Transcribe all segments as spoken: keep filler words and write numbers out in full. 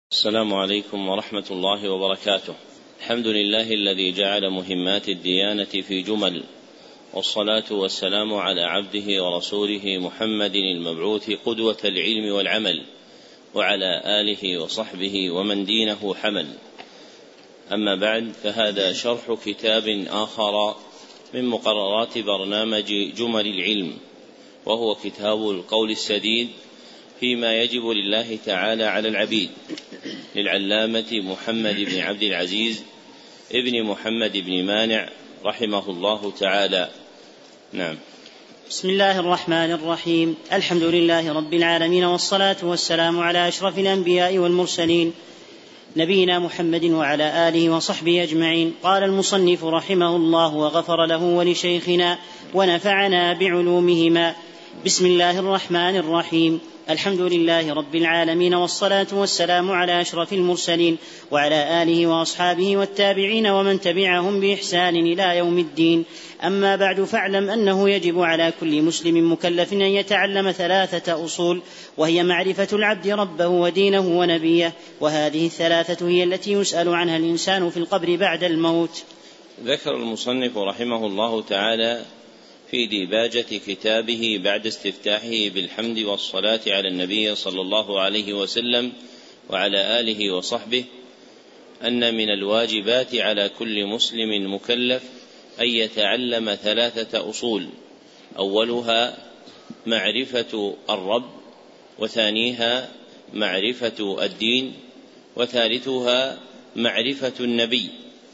السلام عليكم ورحمة الله وبركاته. الحمد لله الذي جعل مهمات الديانة في جمل، والصلاة والسلام على عبده ورسوله محمد المبعوث قدوة العلم والعمل، وعلى آله وصحبه ومن دينه حمل. أما بعد، فهذا شرح كتاب آخر من مقررات برنامج جمل العلم، وهو كتاب القول السديد فيما يجب لله تعالى على العبيد، للعلامة محمد بن عبد العزيز ابن محمد بن مانع رحمه الله تعالى. نعم. بسم الله الرحمن الرحيم. الحمد لله رب العالمين، والصلاة والسلام على أشرف الأنبياء والمرسلين، نبينا محمد وعلى آله وصحبه أجمعين. قال المصنف رحمه الله وغفر له ولشيخنا ونفعنا بعلومهما. بسم الله الرحمن الرحيم. الحمد لله رب العالمين، والصلاة والسلام على أشرف المرسلين وعلى آله وأصحابه والتابعين ومن تبعهم بإحسان إلى يوم الدين. أما بعد، فاعلم أنه يجب على كل مسلم مكلف أن يتعلم ثلاثة أصول، وهي معرفة العبد ربه ودينه ونبيه، وهذه الثلاثة هي التي يسأل عنها الإنسان في القبر بعد الموت. ذكر المصنف رحمه الله تعالى في ديباجة كتابه بعد استفتاحه بالحمد والصلاة على النبي صلى الله عليه وسلم وعلى آله وصحبه أن من الواجبات على كل مسلم مكلف أن يتعلم ثلاثة أصول: أولها معرفة الرب، وثانيها معرفة الدين، وثالثها معرفة النبي.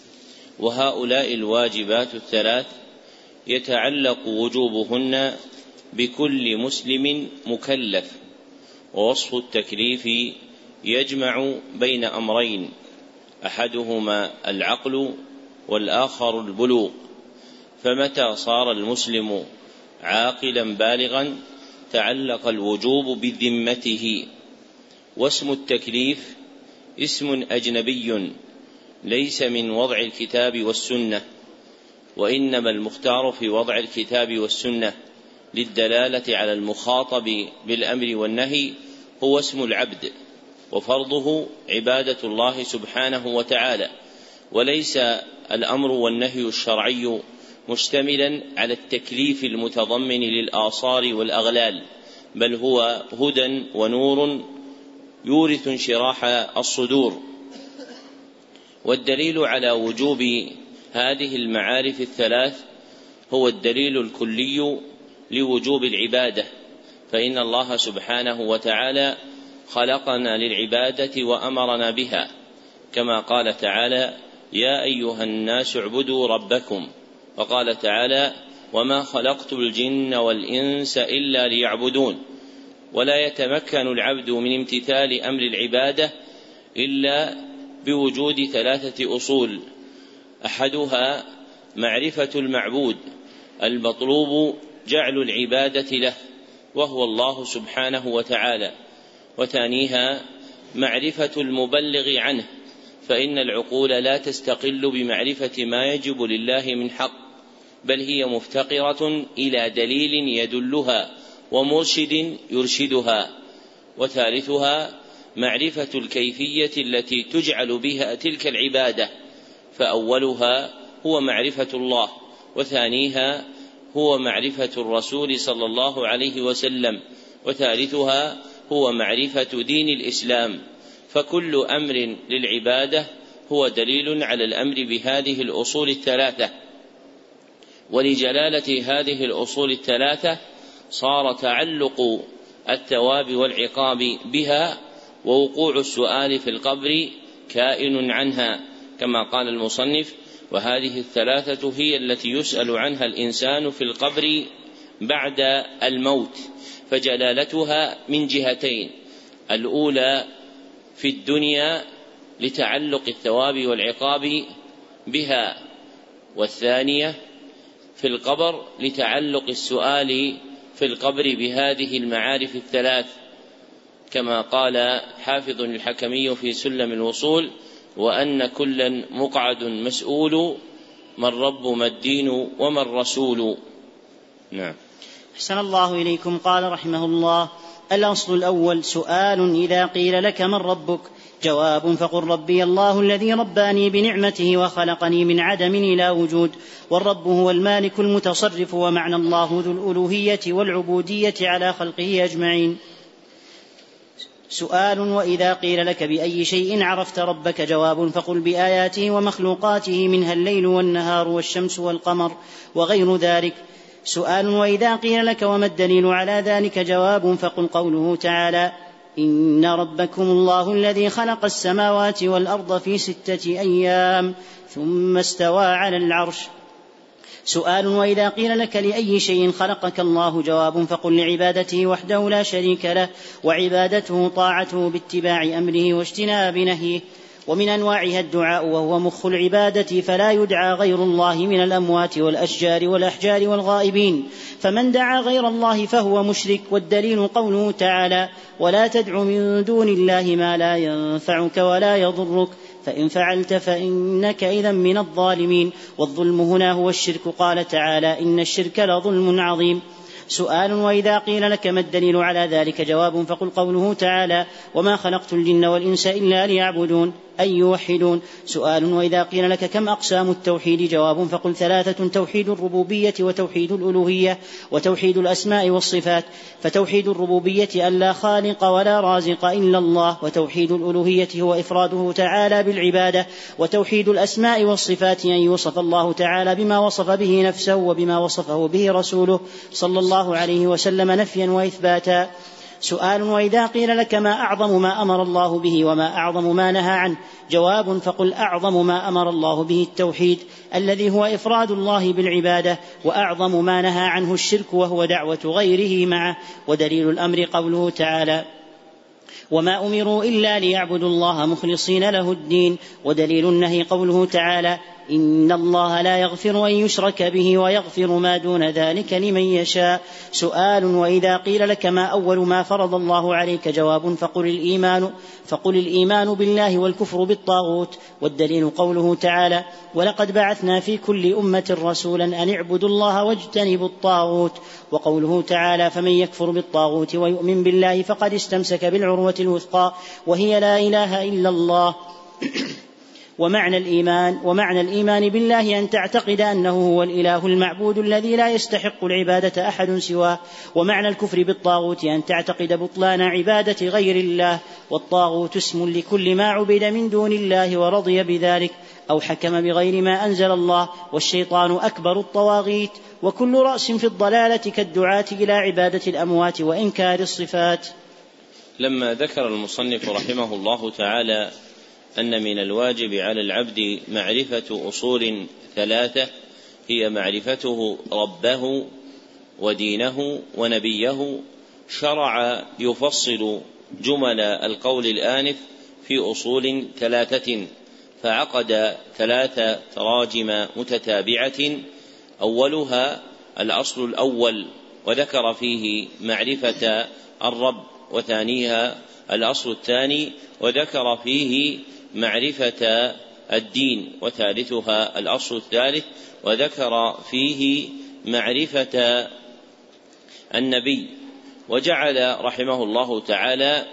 وهؤلاء الواجبات الثلاث يتعلق وجوبهن بكل مسلم مكلف، ووصف التكليف يجمع بين أمرين: أحدهما العقل والآخر البلوغ. فمتى صار المسلم عاقلا بالغا تعلق الوجوب بذمته. واسم التكليف اسم أجنبي ليس من وضع الكتاب والسنة، وإنما المختار في وضع الكتاب والسنة للدلالة على المخاطب بالأمر والنهي هو اسم العبد، وفرضه عبادة الله سبحانه وتعالى، وليس الأمر والنهي الشرعي مشتملا على التكليف المتضمن للآثار والأغلال، بل هو هدى ونور يورث انشراح الصدور. والدليل على وجوب هذه المعارف الثلاث هو الدليل الكلي لوجوب العبادة، فإن الله سبحانه وتعالى خلقنا للعبادة وأمرنا بها، كما قال تعالى: يا أيها الناس اعبدوا ربكم. وقال تعالى: وما خلقت الجن والإنس إلا ليعبدون. ولا يتمكن العبد من امتثال أمر العبادة إلا بوجود ثلاثة أصول: أحدها معرفة المعبود المطلوب جعل العبادة له، وهو الله سبحانه وتعالى. وثانيها معرفة المبلغ عنه، فإن العقول لا تستقل بمعرفة ما يجب لله من حق، بل هي مفتقرة إلى دليل يدلها ومرشد يرشدها. وثالثها معرفة الكيفية التي تجعل بها تلك العبادة، فأولها هو معرفة الله، وثانيها هو معرفة الرسول صلى الله عليه وسلم، وثالثها هو معرفة دين الإسلام. فكل أمر للعبادة هو دليل على الأمر بهذه الأصول الثلاثة. ولجلالة هذه الأصول الثلاثة صار تعلق الثواب والعقاب بها ووقوع السؤال في القبر كائن عنها، كما قال المصنف: وهذه الثلاثة هي التي يسأل عنها الإنسان في القبر بعد الموت. فجلالتها من جهتين: الأولى في الدنيا لتعلق الثواب والعقاب بها، والثانية في القبر لتعلق السؤال في القبر بهذه المعارف الثلاث، كما قال حافظ الحكمي في سلم الوصول: وأن كلا مقعد مسؤول، ما الرب ما الدين وما الرسول. نعم. أحسن الله إليكم. قال رحمه الله: الأصل الأول: سؤال إذا قيل لك من ربك؟ جواب: فقل ربي الله الذي رباني بنعمته وخلقني من عدم إلى وجود. والرب هو المالك المتصرف، ومعنى الله ذو الألوهية والعبودية على خلقه أجمعين. سؤال: وإذا قيل لك بأي شيء عرفت ربك؟ جواب: فقل بآياته ومخلوقاته، منها الليل والنهار والشمس والقمر وغير ذلك. سؤال: وإذا قيل لك وما الدليل على ذلك؟ جواب: فقل قوله تعالى: إن ربكم الله الذي خلق السماوات والأرض في ستة أيام ثم استوى على العرش. سؤال: وإذا قيل لك لأي شيء خلقك الله؟ جواب: فقل لعبادته وحده لا شريك له، وعبادته طاعته باتباع أمره واجتناب نهيه. ومن أنواعها الدعاء، وهو مخ العبادة، فلا يدعى غير الله من الأموات والأشجار والأحجار والغائبين، فمن دعا غير الله فهو مشرك. والدليل قوله تعالى: ولا تدع من دون الله ما لا ينفعك ولا يضرك، فإن فعلت فإنك إذا من الظالمين. والظلم هنا هو الشرك، قال تعالى: إن الشرك لظلم عظيم. سؤال: وإذا قيل لك ما الدليل على ذلك؟ جواب: فقل قوله تعالى: وما خلقت الجن والإنس إلا ليعبدون، أي يوحدون. سؤال: وإذا قيل لك كم أقسام التوحيد؟ جواب: فقل ثلاثة: توحيد الربوبية، وتوحيد الألوهية، وتوحيد الأسماء والصفات. فتوحيد الربوبية أن لا خالق ولا رازق إلا الله، وتوحيد الألوهية هو إفراده تعالى بالعبادة، وتوحيد الأسماء والصفات أن يوصف الله تعالى بما وصف به نفسه وبما وصفه به رسوله صلى الله عليه وسلم نفيا وإثباتا. سؤال: وإذا قيل لك ما أعظم ما أمر الله به وما أعظم ما نهى عنه؟ جواب: فقل أعظم ما أمر الله به التوحيد الذي هو إفراد الله بالعبادة، وأعظم ما نهى عنه الشرك وهو دعوة غيره معه. ودليل الأمر قوله تعالى: وما أمروا إلا ليعبدوا الله مخلصين له الدين. ودليل النهي قوله تعالى: إن الله لا يغفر أن يشرك به ويغفر ما دون ذلك لمن يشاء. سؤال: وإذا قيل لك ما أول ما فرض الله عليك؟ جواب: فقل الإيمان, فقل الإيمان بالله والكفر بالطاغوت. والدليل قوله تعالى: ولقد بعثنا في كل أمة رسولا أن اعبدوا الله واجتنبوا الطاغوت. وقوله تعالى: فمن يكفر بالطاغوت ويؤمن بالله فقد استمسك بالعروة الوثقى وهي لا إله إلا الله. ومعنى الإيمان ومعنى الإيمان بالله أن تعتقد أنه هو الإله المعبود الذي لا يستحق العبادة أحد سواه. ومعنى الكفر بالطاغوت أن تعتقد بطلان عبادة غير الله. والطاغوت اسم لكل ما عبد من دون الله ورضي بذلك أو حكم بغير ما أنزل الله. والشيطان أكبر الطواغيت، وكل رأس في الضلالة كالدعاة إلى عبادة الأموات وإنكار الصفات. لما ذكر المصنف رحمه الله تعالى أن من الواجب على العبد معرفة أصول ثلاثة هي معرفته ربه ودينه ونبيه، شرع يفصل جمل القول الآنف في أصول ثلاثة، فعقد ثلاث تراجم متتابعة. أولها الأصل الأول وذكر فيه معرفة الرب، وثانيها الأصل الثاني وذكر فيه معرفة الدين، وثالثها الأصل الثالث وذكر فيه معرفة النبي. وجعل رحمه الله تعالى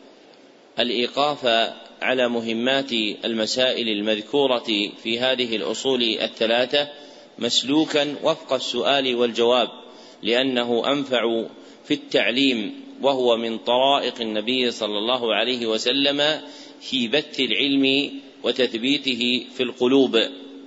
الإيقاف على مهمات المسائل المذكورة في هذه الأصول الثلاثة مسلوكا وفق السؤال والجواب، لأنه أنفع في التعليم، وهو من طرائق النبي صلى الله عليه وسلم في بث العلم وتثبيته في القلوب.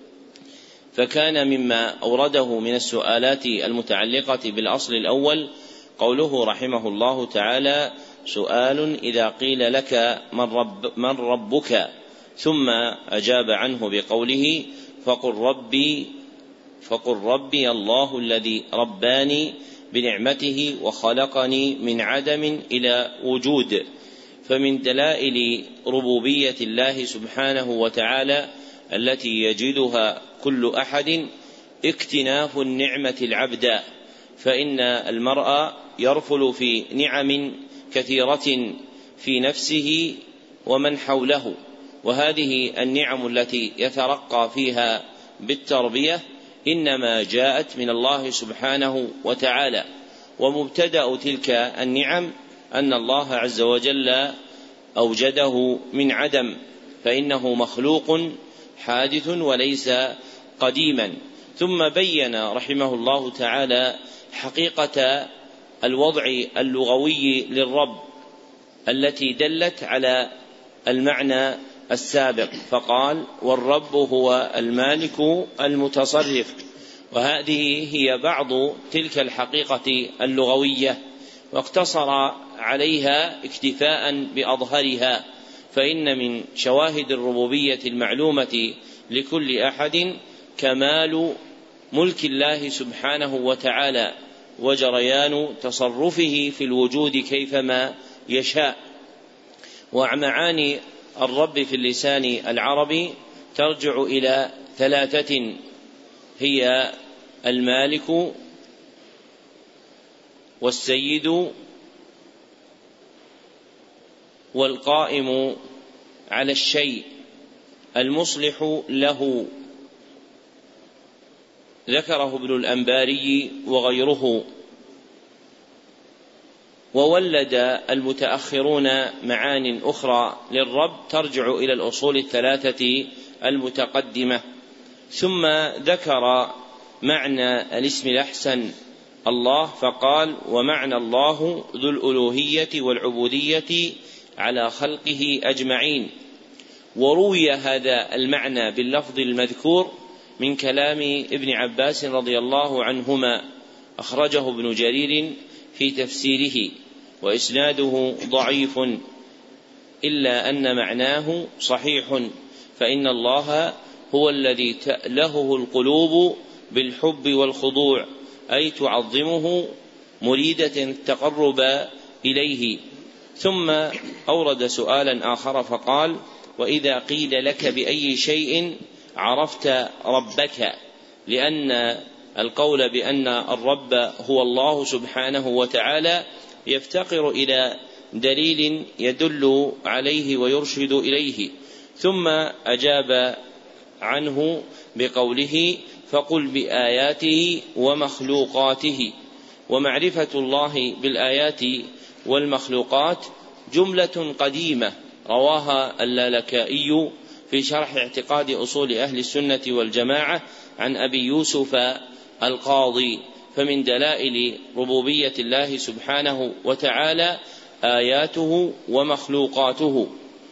فكان مما أورده من السؤالات المتعلقة بالأصل الأول قوله رحمه الله تعالى: سؤال إذا قيل لك من, رب من ربك، ثم أجاب عنه بقوله: فقل ربي فقل ربي الله الذي رباني بنعمته وخلقني من عدم إلى وجود. فمن دلائل ربوبية الله سبحانه وتعالى التي يجدها كل أحد اكتناف النعمة العبد، فإن المرء يرفل في نعم كثيرة في نفسه ومن حوله، وهذه النعم التي يترقى فيها بالتربية إنما جاءت من الله سبحانه وتعالى. ومبتدأ تلك النعم أن الله عز وجل أوجده من عدم، فإنه مخلوق حادث وليس قديما. ثم بين رحمه الله تعالى حقيقة الوضع اللغوي للرب التي دلت على المعنى السابق، فقال: والرب هو المالك المتصرف. وهذه هي بعض تلك الحقيقة اللغوية، واقتصر عليها اكتفاء بأظهرها، فإن من شواهد الربوبية المعلومة لكل أحد كمال ملك الله سبحانه وتعالى وجريان تصرفه في الوجود كيفما يشاء. ومعاني الرب في اللسان العربي ترجع إلى ثلاثة، هي المالك والسيد والقائم على الشيء المصلح له. ذكره ابن الأنباري وغيره. وولد المتأخرون معان أخرى للرب ترجع إلى الأصول الثلاثة المتقدمة. ثم ذكر معنى الاسم الأحسن الله، فقال: ومعنى الله ذو الألوهية والعبودية على خلقه أجمعين. وروي هذا المعنى باللفظ المذكور من كلام ابن عباس رضي الله عنهما، أخرجه ابن جرير في تفسيره، وإسناده ضعيف، إلا أن معناه صحيح، فإن الله هو الذي تألهه القلوب بالحب والخضوع، أي تعظمه مريدة التقرب إليه. ثم أورد سؤالا آخر فقال: وإذا قيل لك بأي شيء عرفت ربك، لأن القول بأن الرب هو الله سبحانه وتعالى يفتقر إلى دليل يدل عليه ويرشد إليه. ثم أجاب عنه بقوله: فقل بآياته ومخلوقاته. ومعرفة الله بالآيات والمخلوقات جملة قديمة رواها اللالكائي في شرح اعتقاد أصول أهل السنة والجماعة عن أبي يوسف القاضي. فمن دلائل ربوبية الله سبحانه وتعالى آياته ومخلوقاته.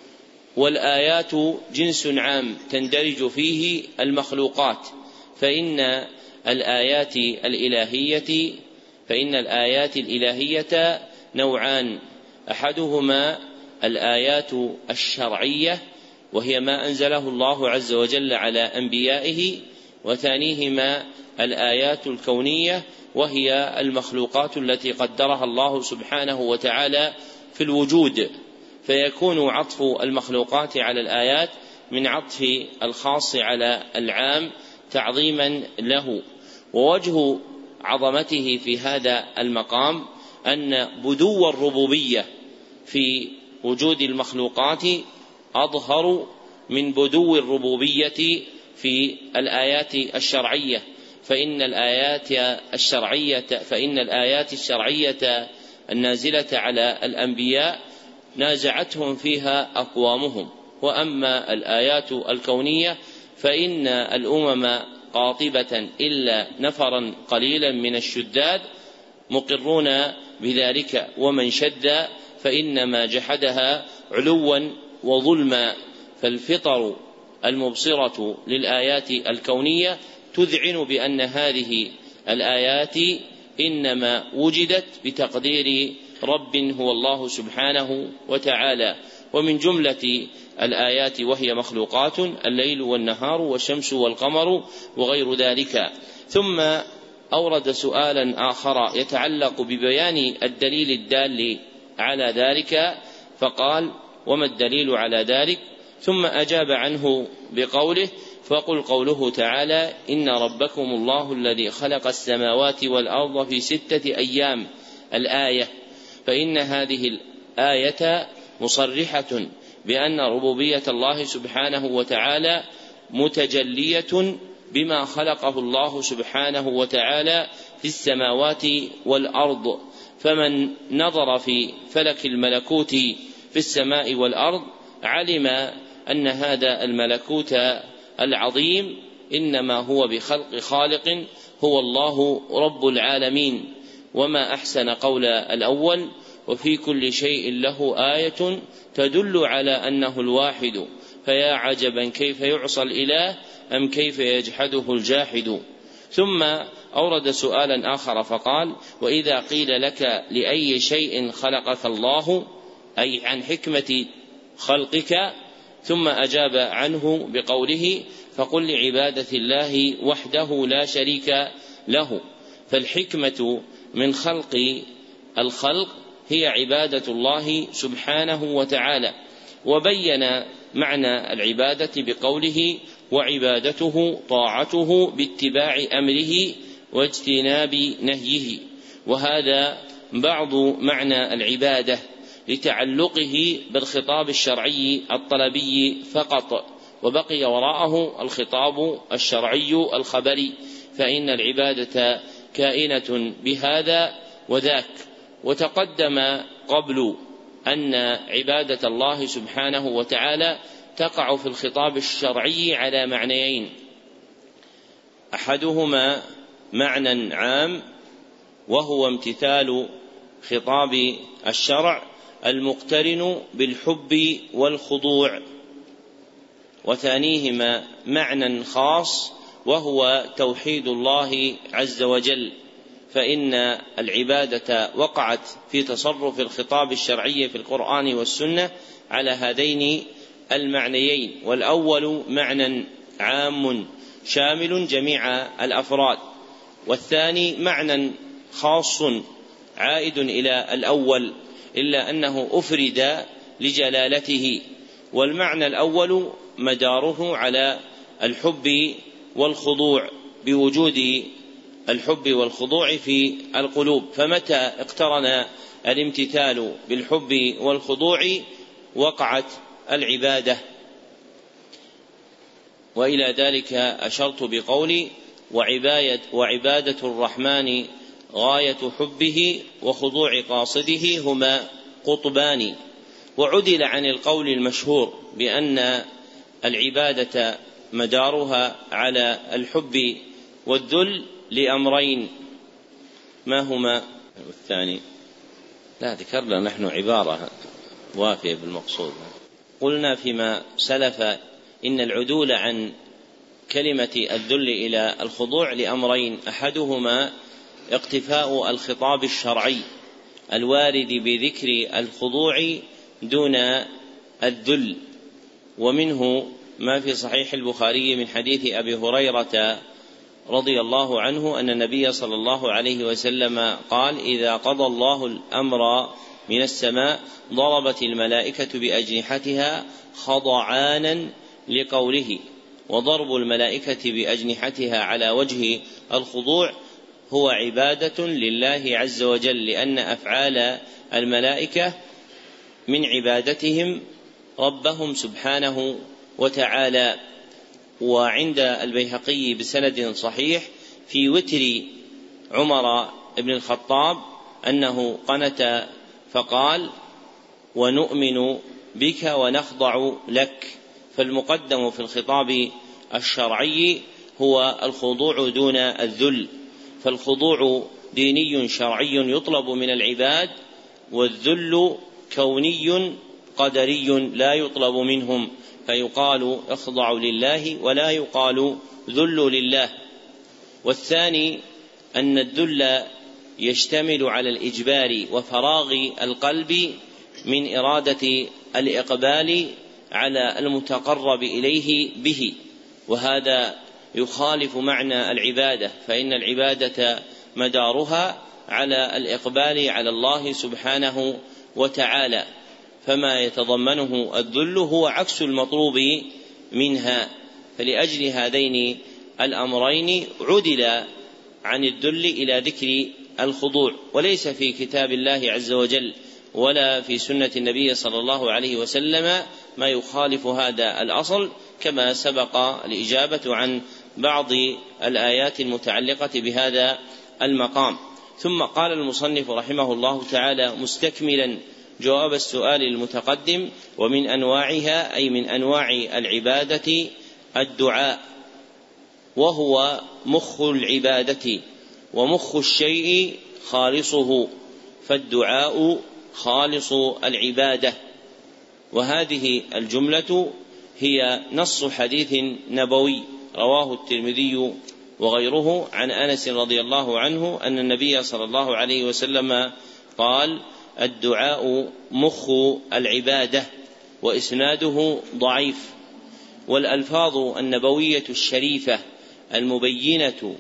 والآيات جنس عام تندرج فيه المخلوقات، فإن الآيات الإلهية فإن الآيات الإلهية نوعان: أحدهما الآيات الشرعية، وهي ما أنزله الله عز وجل على أنبيائه، وثانيهما الآيات الكونية، وهي المخلوقات التي قدرها الله سبحانه وتعالى في الوجود. فيكون عطف المخلوقات على الآيات من عطف الخاص على العام تعظيما له. ووجه عظمته في هذا المقام أن بدو الربوبية في وجود المخلوقات أظهر من بدو الربوبية في الآيات الشرعية، فإن الآيات الشرعية فإن الآيات الشرعية النازلة على الأنبياء نازعتهم فيها أقوامهم. وأما الآيات الكونية فإن الأمم قاطبة إلا نفرا قليلا من الشداد مقرون بذلك، ومن شد فإنما جحدها علوا وظلما. فالفطر المبصرة للآيات الكونية تذعن بأن هذه الآيات إنما وجدت بتقدير رب هو الله سبحانه وتعالى. ومن جملة الآيات وهي مخلوقات الليل والنهار والشمس والقمر وغير ذلك. ثم أورد سؤالا آخر يتعلق ببيان الدليل الدال على ذلك، فقال: وما الدليل على ذلك؟ ثم أجاب عنه بقوله: فقل قوله تعالى: إن ربكم الله الذي خلق السماوات والأرض في ستة أيام، الآية. فإن هذه الآية مصرحة بأن ربوبية الله سبحانه وتعالى متجلية بما خلقه الله سبحانه وتعالى في السماوات والأرض، فمن نظر في فلك الملكوت في السماء والأرض علم أن هذا الملكوت العظيم إنما هو بخلق خالق هو الله رب العالمين. وما أحسن قول الأول: وفي كل شيء له آية تدل على أنه الواحد، فيا عجبا كيف يعصى الإله أم كيف يجحده الجاحد. ثم أورد سؤالا آخر فقال: وإذا قيل لك لأي شيء خلقك الله، أي عن حكمة خلقك، ثم أجاب عنه بقوله: فقل لعبادة الله وحده لا شريك له. فالحكمة من خلق الخلق هي عبادة الله سبحانه وتعالى. وبين معنى العبادة بقوله: وعبادته طاعته باتباع أمره واجتناب نهيه. وهذا بعض معنى العبادة لتعلقه بالخطاب الشرعي الطلبي فقط، وبقي وراءه الخطاب الشرعي الخبري، فإن العبادة كائنة بهذا وذاك. وتقدم قبل أن عبادة الله سبحانه وتعالى تقع في الخطاب الشرعي على معنيين: أحدهما معنى عام وهو امتثال خطاب الشرع المقترن بالحب والخضوع، وثانيهما معنى خاص وهو توحيد الله عز وجل، فإن العبادة وقعت في تصرف الخطاب الشرعي في القرآن والسنة على هذين المعنيين. والأول معنى عام شامل جميع الأفراد، والثاني معنى خاص عائد إلى الأول، إلا أنه أفرد لجلالته. والمعنى الأول مداره على الحب والخضوع، بوجود الحب والخضوع في القلوب، فمتى اقترن الامتثال بالحب والخضوع وقعت العبادة. وإلى ذلك أشرت بقولي: وعبادة الرحمن غاية حبه وخضوع قاصده هما قطبان. وعدل عن القول المشهور بأن العبادة مدارها على الحب والذل لأمرين، ما هما؟ والثاني لا ذكرنا نحن عبارة وافية بالمقصود. قلنا فيما سلف إن العدول عن كلمة الذل إلى الخضوع لأمرين: أحدهما اقتفاء الخطاب الشرعي الوارد بذكر الخضوع دون الذل، ومنه ما في صحيح البخاري من حديث أبي هريرة رضي الله عنه أن النبي صلى الله عليه وسلم قال: إذا قضى الله الأمر من السماء ضربت الملائكة بأجنحتها خضعانا لقوله. وضرب الملائكة بأجنحتها على وجه الخضوع هو عبادة لله عز وجل، لأن أفعال الملائكة من عبادتهم ربهم سبحانه وتعالى. وعند البيهقي بسند صحيح في وتر عمر بن الخطاب أنه قنت فقال: ونؤمن بك ونخضع لك. فالمقدم في الخطاب الشرعي هو الخضوع دون الذل، فالخضوع ديني شرعي يطلب من العباد، والذل كوني قدري لا يطلب منهم، فيقال اخضعوا لله ولا يقال ذل لله. والثاني أن الذل يشتمل على الإجبار وفراغ القلب من إرادة الإقبال على المتقرب إليه به، وهذا يخالف معنى العبادة، فإن العبادة مدارها على الإقبال على الله سبحانه وتعالى، فما يتضمنه الذل هو عكس المطلوب منها. فلأجل هذين الأمرين عدل عن الذل إلى ذكر الخضوع، وليس في كتاب الله عز وجل ولا في سنة النبي صلى الله عليه وسلم ما يخالف هذا الأصل، كما سبق الإجابة عن بعض الآيات المتعلقة بهذا المقام. ثم قال المصنف رحمه الله تعالى مستكملا جواب السؤال المتقدم: ومن أنواعها أي من أنواع العبادة الدعاء، وهو مخ العبادة، ومخ الشيء خالصه، فالدعاء خالص العبادة. وهذه الجملة هي نص حديث نبوي رواه الترمذي وغيره عن أنس رضي الله عنه أن النبي صلى الله عليه وسلم قال: الدعاء مخ العبادة، وإسناده ضعيف. والألفاظ النبوية الشريفة المبينة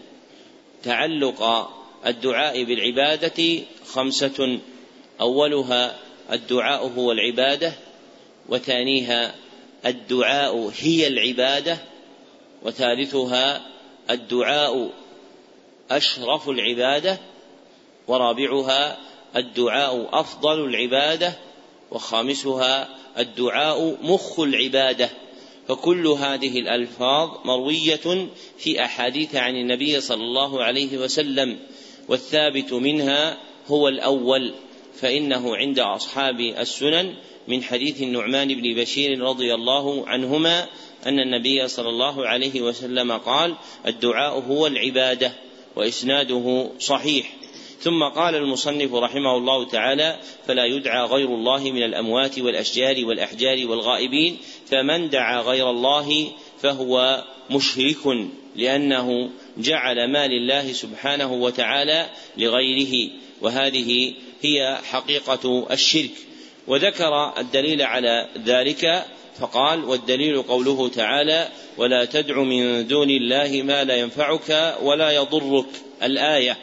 تعلق الدعاء بالعبادة خمسة: أولها الدعاء هو العبادة، وثانيها الدعاء هي العبادة، وثالثها الدعاء أشرف العبادة، ورابعها الدعاء أفضل العبادة، وخامسها الدعاء مخ العبادة. فكل هذه الألفاظ مروية في أحاديث عن النبي صلى الله عليه وسلم، والثابت منها هو الأول، فإنه عند أصحاب السنن من حديث النعمان بن بشير رضي الله عنهما أن النبي صلى الله عليه وسلم قال: الدعاء هو العبادة، وإسناده صحيح. ثم قال المصنف رحمه الله تعالى: فلا يدعى غير الله من الأموات والأشجار والأحجار والغائبين، فمن دعا غير الله فهو مشرك، لأنه جعل ما لله سبحانه وتعالى لغيره، وهذه هي حقيقة الشرك. وذكر الدليل على ذلك فقال: والدليل قوله تعالى: ولا تدع من دون الله ما لا ينفعك ولا يضرك، الآية.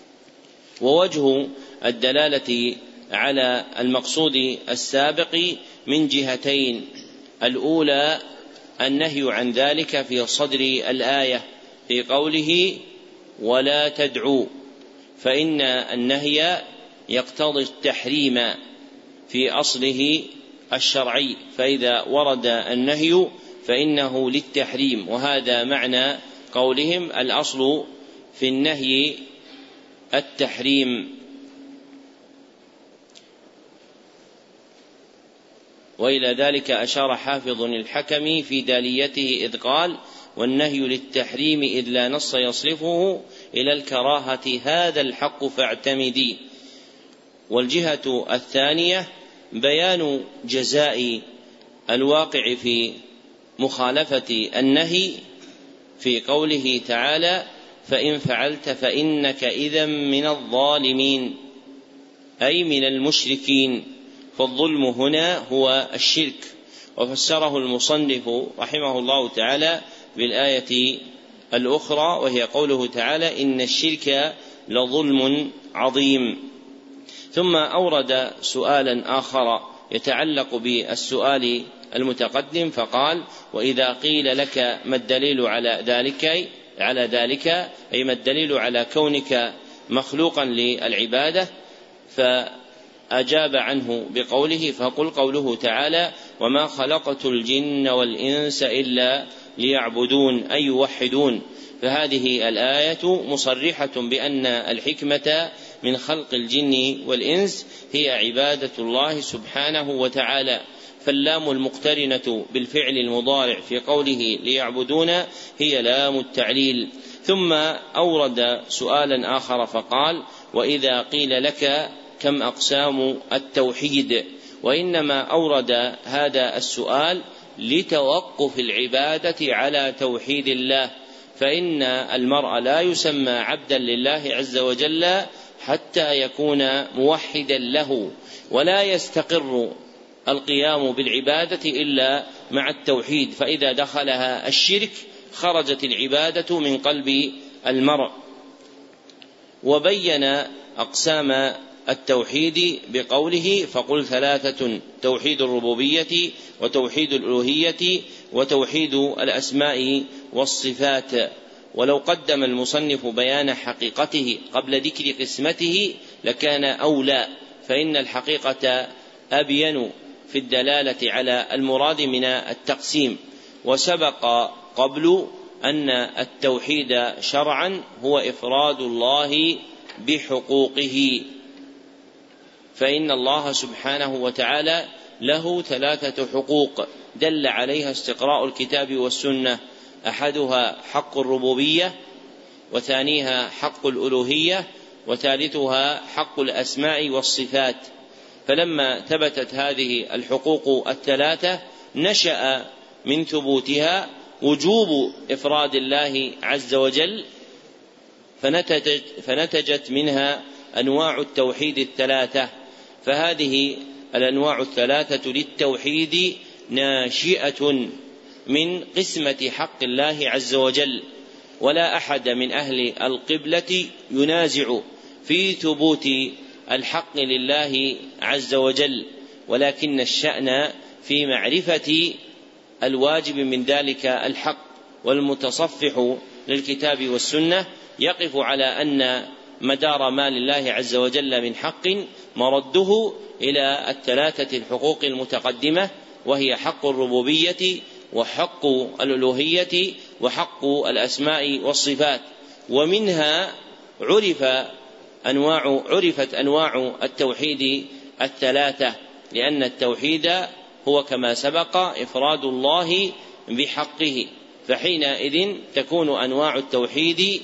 ووجه الدلالة على المقصود السابق من جهتين: الأولى النهي عن ذلك في صدر الآية في قوله ولا تدعو، فإن النهي يقتضي التحريم في أصله الشرعي، فإذا ورد النهي فإنه للتحريم، وهذا معنى قولهم الأصل في النهي التحريم. وإلى ذلك أشار حافظ الحكم في داليته إذ قال: والنهي للتحريم إذ لا نص يصرفه إلى الكراهة هذا الحق فاعتمدي. والجهة الثانية بيان جزاء الواقع في مخالفة النهي في قوله تعالى: فإن فعلت فإنك إذا من الظالمين، أي من المشركين. فالظلم هنا هو الشرك. وفسره المصنف رحمه الله تعالى بالآية الأخرى، وهي قوله تعالى: إن الشرك لظلم عظيم. ثم أورد سؤالا آخر يتعلق بالسؤال المتقدم فقال: وإذا قيل لك ما الدليل على ذلك على ذلك أي ما الدليل على كونك مخلوقا للعبادة؟ فأجاب عنه بقوله: فقل قوله تعالى: وما خلقت الجن والإنس إلا ليعبدون، أي يوحدون. فهذه الآية مصرحة بأن الحكمة من خلق الجن والإنس هي عبادة الله سبحانه وتعالى، فاللام المقترنة بالفعل المضارع في قوله ليعبدون هي لام التعليل. ثم أورد سؤالا آخر فقال: وإذا قيل لك كم أقسام التوحيد؟ وإنما أورد هذا السؤال لتوقف العبادة على توحيد الله، فإن المرء لا يسمى عبدا لله عز وجل حتى يكون موحدا له، ولا يستقر القيام بالعبادة إلا مع التوحيد، فإذا دخلها الشرك خرجت العبادة من قلب المرء. وبين أقسام التوحيد بقوله: فقل ثلاثة: توحيد الربوبية، وتوحيد الألوهية، وتوحيد الأسماء والصفات. ولو قدم المصنف بيان حقيقته قبل ذكر قسمته لكان أولى، فإن الحقيقة أبين في الدلالة على المراد من التقسيم. وسبق قبل أن التوحيد شرعا هو إفراد الله بحقوقه، فإن الله سبحانه وتعالى له ثلاثة حقوق دل عليها استقراء الكتاب والسنة: أحدها حق الربوبية، وثانيها حق الألوهية، وثالثها حق الأسماء والصفات. فلما ثبتت هذه الحقوق الثلاثة نشأ من ثبوتها وجوب إفراد الله عز وجل، فنتجت, فنتجت منها أنواع التوحيد الثلاثة. فهذه الأنواع الثلاثة للتوحيد ناشئة من قسمة حق الله عز وجل، ولا أحد من أهل القبلة ينازع في ثبوت الحق لله عز وجل، ولكن الشأن في معرفة الواجب من ذلك الحق. والمتصفح للكتاب والسنة يقف على أن مدار ما لله عز وجل من حق مرده إلى الثلاثة الحقوق المتقدمة، وهي حق الربوبية وحق الألوهية وحق الأسماء والصفات. ومنها عرف أنواع عرفت أنواع التوحيد الثلاثة، لأن التوحيد هو كما سبق إفراد الله بحقه، فحينئذ تكون أنواع التوحيد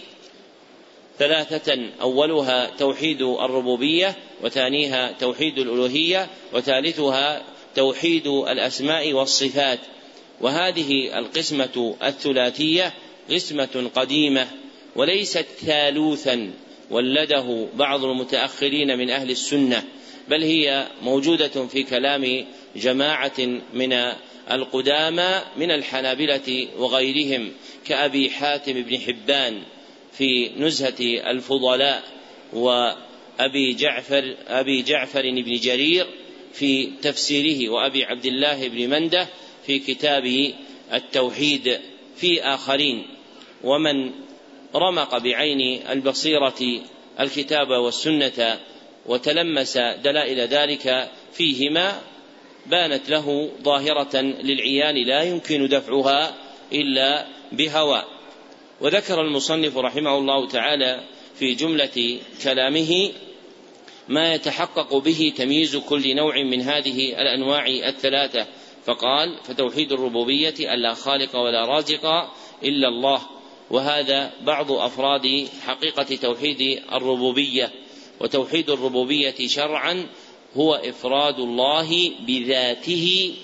ثلاثة: أولها توحيد الربوبية، وثانيها توحيد الألوهية، وثالثها توحيد الأسماء والصفات. وهذه القسمة الثلاثية قسمة قديمة وليست ثالوثا ولده بعض المتأخرين من أهل السنة، بل هي موجودة في كلام جماعة من القدامى من الحنابلة وغيرهم كأبي حاتم بن حبان في نزهة الفضلاء، وأبي جعفر أبي جعفر بن جرير في تفسيره، وأبي عبد الله بن منده في كتاب التوحيد، في آخرين. ومن رمق بعين البصيرة الكتاب والسنة وتلمس دلائل ذلك فيهما بانت له ظاهرة للعيان لا يمكن دفعها إلا بهوى. وذكر المصنف رحمه الله تعالى في جملة كلامه ما يتحقق به تمييز كل نوع من هذه الأنواع الثلاثة، فقال: فتوحيد الربوبية ألا خالق ولا رازق إلا الله، وهذا بعض أفراد حقيقة توحيد الربوبية. وتوحيد الربوبية شرعا هو إفراد الله بذاته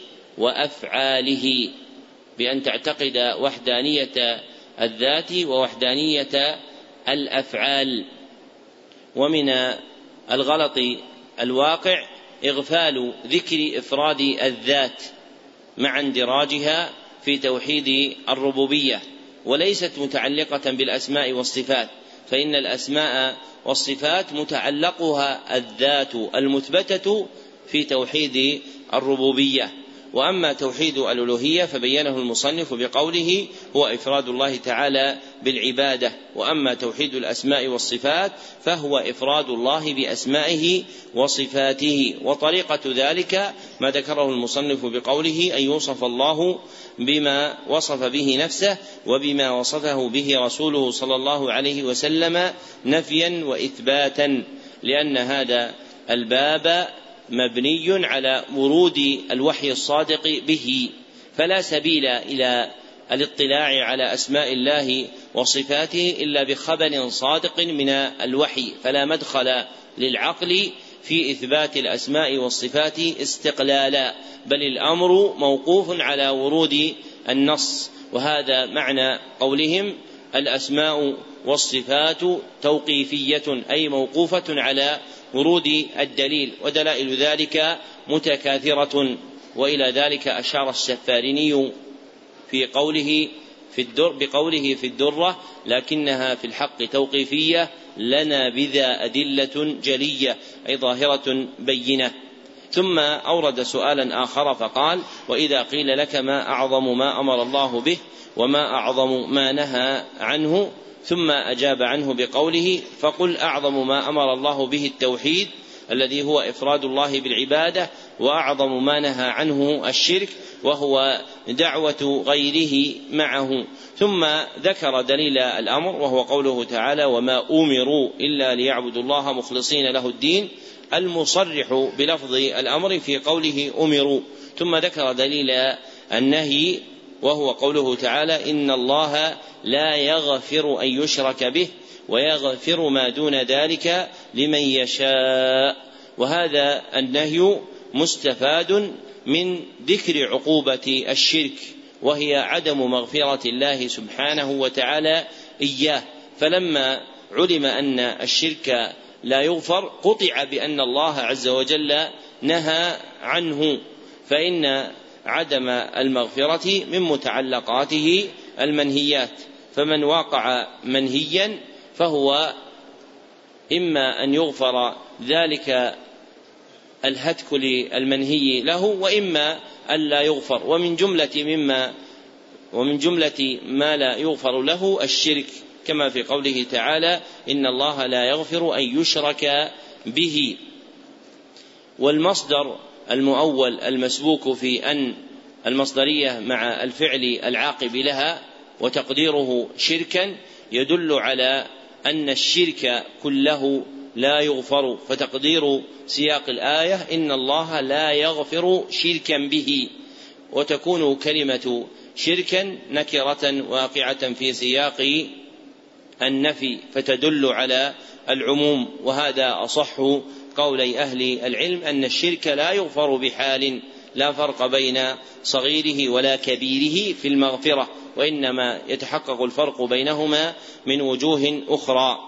وأفعاله، بأن تعتقد وحدانية الذات ووحدانية الأفعال. ومن الغلط الواقع إغفال ذكر إفراد الذات مع اندراجها في توحيد الربوبية، وليست متعلقة بالأسماء والصفات، فإن الأسماء والصفات متعلقها الذات المثبتة في توحيد الربوبية. وأما توحيد الألوهية فبينه المصنف بقوله: هو إفراد الله تعالى بالعبادة. وأما توحيد الأسماء والصفات فهو إفراد الله بأسمائه وصفاته. وطريقة ذلك ما ذكره المصنف بقوله: أن يوصف الله بما وصف به نفسه وبما وصفه به رسوله صلى الله عليه وسلم نفيا وإثباتا، لأن هذا الباب مبني على ورود الوحي الصادق به، فلا سبيل إلى الاطلاع على أسماء الله وصفاته إلا بخبر صادق من الوحي، فلا مدخل للعقل في إثبات الأسماء والصفات استقلالا، بل الأمر موقوف على ورود النص. وهذا معنى قولهم: الأسماء والصفات توقيفية، أي موقوفة على ورود الدليل، ودلائل ذلك متكاثرة. وإلى ذلك أشار السفاريني في قوله في الدر بقوله في الدرة: لكنها في الحق توقيفية لنا بذا أدلة جلية، أي ظاهرة بينة. ثم أورد سؤالا آخر فقال: وإذا قيل لك ما أعظم ما أمر الله به وما أعظم ما نهى عنه، ثم أجاب عنه بقوله: فقل أعظم ما أمر الله به التوحيد الذي هو إفراد الله بالعبادة، وأعظم ما نهى عنه الشرك، وهو دعوة غيره معه. ثم ذكر دليل الأمر وهو قوله تعالى: وما أمروا إلا ليعبدوا الله مخلصين له الدين، المصرح بلفظ الأمر في قوله أمروا. ثم ذكر دليل النهي وهو قوله تعالى: إن الله لا يغفر أن يشرك به ويغفر ما دون ذلك لمن يشاء. وهذا النهي مستفاد من ذكر عقوبة الشرك، وهي عدم مغفرة الله سبحانه وتعالى إياه. فلما علم أن الشرك لا يغفر قطع بأن الله عز وجل نهى عنه، فإن عدم المغفرة من متعلقاته المنهيات. فمن وقع منهيا فهو إما أن يغفر ذلك الهتك للمنهي له، وإما أن لا يغفر. ومن جملة مما ومن جملة ما لا يغفر له الشرك، كما في قوله تعالى: إن الله لا يغفر أن يشرك به. والمصدر المؤول المسبوك في أن المصدرية مع الفعل العاقب لها وتقديره شركا يدل على أن الشرك كله لا يغفر، فتقدير سياق الآية: إن الله لا يغفر شركا به، وتكون كلمة شركا نكرة واقعة في سياق النفي فتدل على العموم. وهذا أصح قولي أهل العلم، أن الشرك لا يغفر بحال، لا فرق بين صغيره ولا كبيره في المغفرة، وإنما يتحقق الفرق بينهما من وجوه أخرى.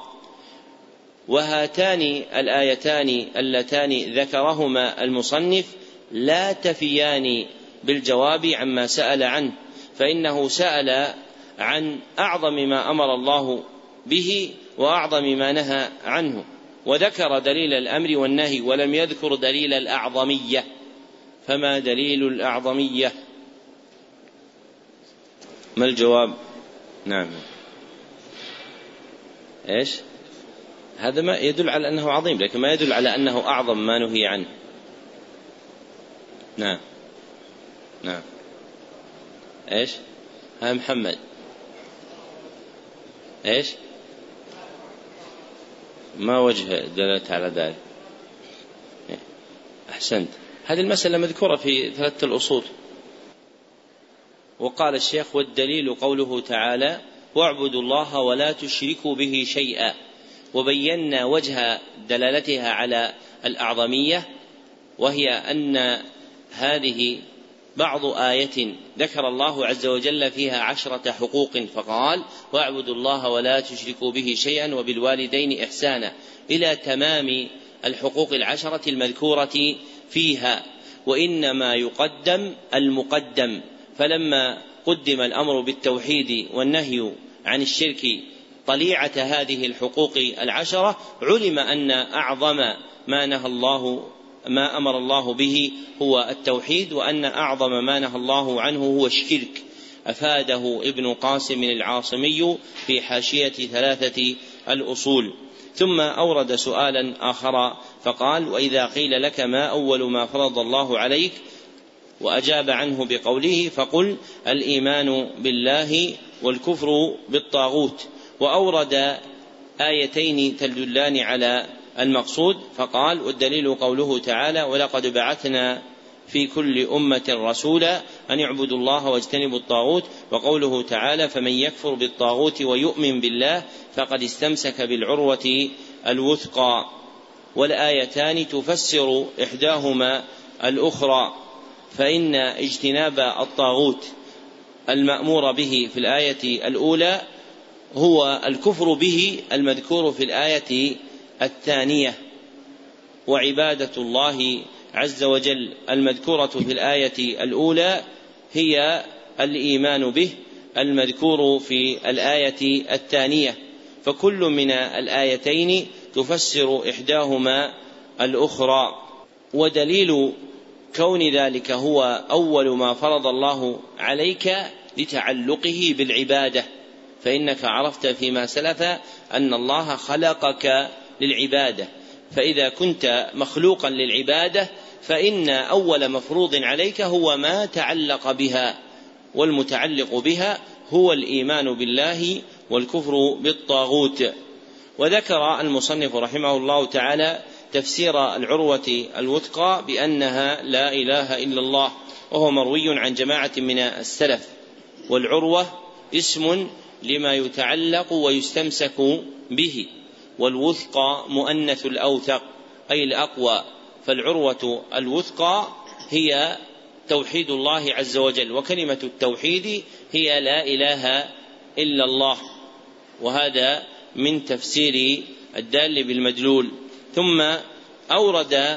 وهاتان الآيتان اللتان ذكرهما المصنف لا تفيان بالجواب عما سأل عنه، فإنه سأل عن أعظم ما أمر الله به وأعظم ما نهى عنه، وذكر دليل الأمر والنهي ولم يذكر دليل الأعظمية. فما دليل الأعظمية؟ ما الجواب؟ نعم. إيش؟ هذا ما يدل على أنه عظيم، لكن ما يدل على أنه أعظم ما نهي عنه. نعم نعم. إيش؟ ها محمد. إيش؟ ما وجه دلالة على ذلك؟ أحسنت. هذه المسألة مذكورة في ثلاثة الأصول. وقال الشيخ: والدليل قوله تعالى: واعبدوا الله ولا تشركوا به شيئا. وبينا وجه دلالتها على الأعظمية، وهي أن هذه بعض آية ذكر الله عز وجل فيها عشرة حقوق، فقال: واعبدوا الله ولا تشركوا به شيئا وبالوالدين إحسانا، إلى تمام الحقوق العشرة المذكورة فيها. وإنما يقدم المقدم، فلما قدم الأمر بالتوحيد والنهي عن الشرك طليعة هذه الحقوق العشرة، علم أن أعظم ما نهى الله ما أمر الله به هو التوحيد، وأن أعظم ما نهى الله عنه هو الشرك. أفاده ابن قاسم العاصمي في حاشية ثلاثة الأصول. ثم أورد سؤالا آخر فقال: وإذا قيل لك ما أول ما فرض الله عليك؟ وأجاب عنه بقوله: فقل الإيمان بالله والكفر بالطاغوت. وأورد آيتين تدلان على المقصود، فقال: والدليل قوله تعالى: ولقد بعثنا في كل أمة رسولا أن يعبدوا الله واجتنبوا الطاغوت. وقوله تعالى: فمن يكفر بالطاغوت ويؤمن بالله فقد استمسك بالعروة الوثقى. والآيتان تفسر إحداهما الأخرى، فإن اجتناب الطاغوت المأمور به في الآية الأولى هو الكفر به المذكور في الآية الثانية، وعبادة الله عز وجل المذكورة في الآية الأولى هي الإيمان به المذكور في الآية الثانية، فكل من الآيتين تفسر إحداهما الأخرى. ودليل كون ذلك هو أول ما فرض الله عليك لتعلقه بالعبادة، فإنك عرفت فيما سلف أن الله خلقك للعبادة، فإذا كنت مخلوقا للعبادة فإن أول مفروض عليك هو ما تعلق بها، والمتعلق بها هو الإيمان بالله والكفر بالطاغوت. وذكر المصنف رحمه الله تعالى تفسير العروة الوثقى بأنها لا إله إلا الله، وهو مروي عن جماعة من السلف. والعروة اسم لما يتعلق ويستمسك به، والوثقى مؤنث الأوثق أي الأقوى، فالعروة الوثقى هي توحيد الله عز وجل، وكلمة التوحيد هي لا إله إلا الله، وهذا من تفسير الدال بالمدلول. ثم أورد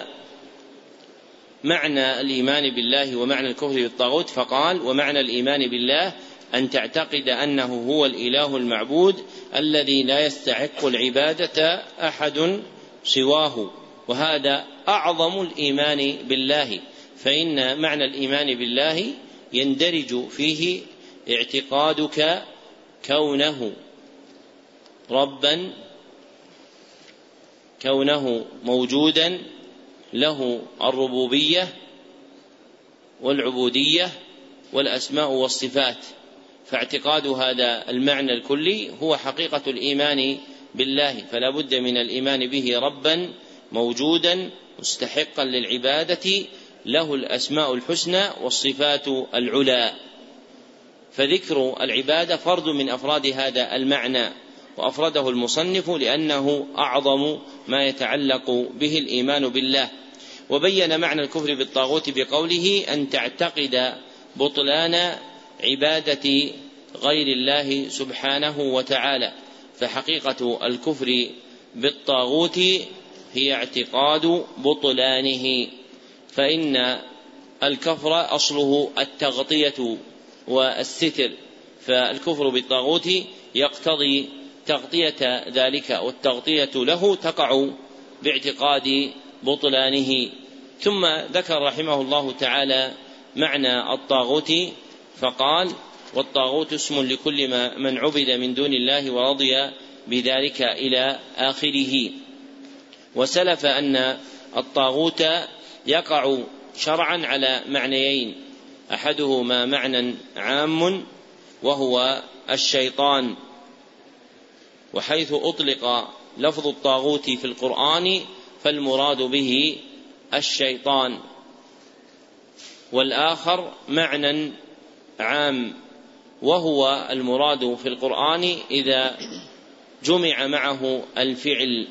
معنى الإيمان بالله ومعنى الكفر بالطاغوت فقال: ومعنى الإيمان بالله أن تعتقد أنه هو الإله المعبود الذي لا يستحق العبادة أحد سواه، وهذا أعظم الإيمان بالله، فإن معنى الإيمان بالله يندرج فيه اعتقادك كونه ربا، كونه موجودا، له الربوبية والعبودية والأسماء والصفات. فاعتقاد هذا المعنى الكلي هو حقيقة الإيمان بالله، فلا بد من الإيمان به ربا موجودا مستحقا للعبادة، له الأسماء الحسنى والصفات العلى. فذكر العبادة فرد من أفراد هذا المعنى، وأفرده المصنف لأنه أعظم ما يتعلق به الإيمان بالله. وبين معنى الكفر بالطاغوت بقوله: أن تعتقد بطلان عبادة غير الله سبحانه وتعالى. فحقيقة الكفر بالطاغوت هي اعتقاد بطلانه، فإن الكفر أصله التغطية والستر، فالكفر بالطاغوت يقتضي تغطية ذلك، والتغطية له تقع باعتقاد بطلانه. ثم ذكر رحمه الله تعالى معنى الطاغوت فقال: والطاغوت اسم لكل ما من عبد من دون الله ورضي بذلك إلى آخره. وسلف أن الطاغوت يقع شرعا على معنيين: أحدهما معنى عام وهو الشيطان، وحيث أطلق لفظ الطاغوت في القرآن فالمراد به الشيطان. والآخر معنى عام وهو المراد في القرآن إذا جمع معه الفعل،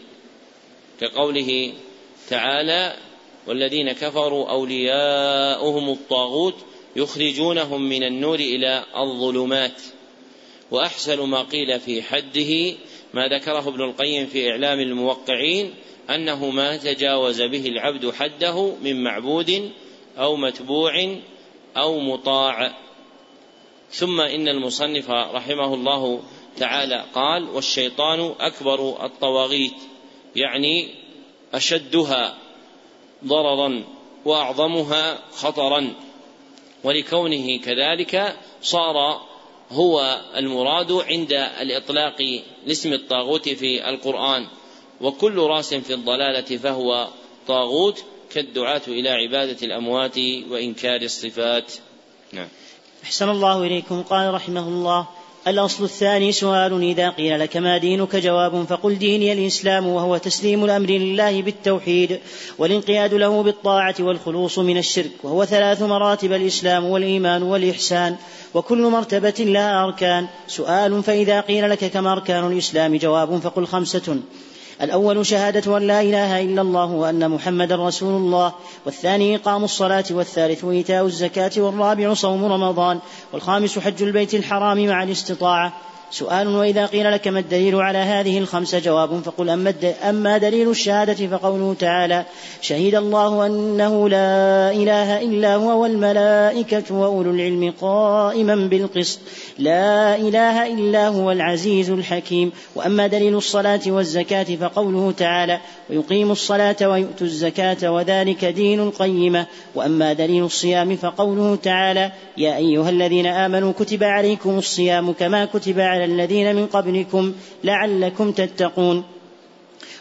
كقوله تعالى: والذين كفروا أولياؤهم الطاغوت يخرجونهم من النور إلى الظلمات. وأحسن ما قيل في حده ما ذكره ابن القيم في إعلام الموقعين، أنه ما تجاوز به العبد حده من معبود أو متبوع أو مطاع. ثم إن المصنف رحمه الله تعالى قال: والشيطان أكبر الطواغيت، يعني أشدها ضررا وأعظمها خطرا، ولكونه كذلك صار هو المراد عند الإطلاق لاسم الطاغوت في القرآن. وكل راس في الضلالة فهو طاغوت، كالدعاة إلى عبادة الأموات وإنكار الصفات. نعم. أحسن الله إليكم. قال رحمه الله: الأصل الثاني سؤال: إذا قيل لك ما دينك؟ جواب: فقل ديني الإسلام، وهو تسليم الأمر لله بالتوحيد والانقياد له بالطاعة والخلوص من الشرك، وهو ثلاث مراتب: الإسلام والإيمان والإحسان، وكل مرتبة لها أركان. سؤال: فإذا قيل لك كما أركان الإسلام؟ جواب: فقل خمسة: الأول شهادة أن لا إله إلا الله وأن محمد رسول الله، والثاني إقام الصلاة، والثالث إيتاء الزكاة، والرابع صوم رمضان، والخامس حج البيت الحرام مع الاستطاعة. سؤال: وإذا قيل لك ما الدليل على هذه الخمسة؟ جواب: فقل أما دليل الشهادة فقوله تعالى: شهد الله أنه لا إله إلا هو والملائكة وأولو العلم قائما بالقسط، لا إله إلا هو العزيز الحكيم. وأما دليل الصلاة والزكاة فقوله تعالى: ويقيم الصلاة ويؤتوا الزكاة وذلك دين القيمة. وأما دليل الصيام فقوله تعالى: يا أيها الذين آمنوا كتب عليكم الصيام كما كتب على الذين من قبلكم لعلكم تتقون.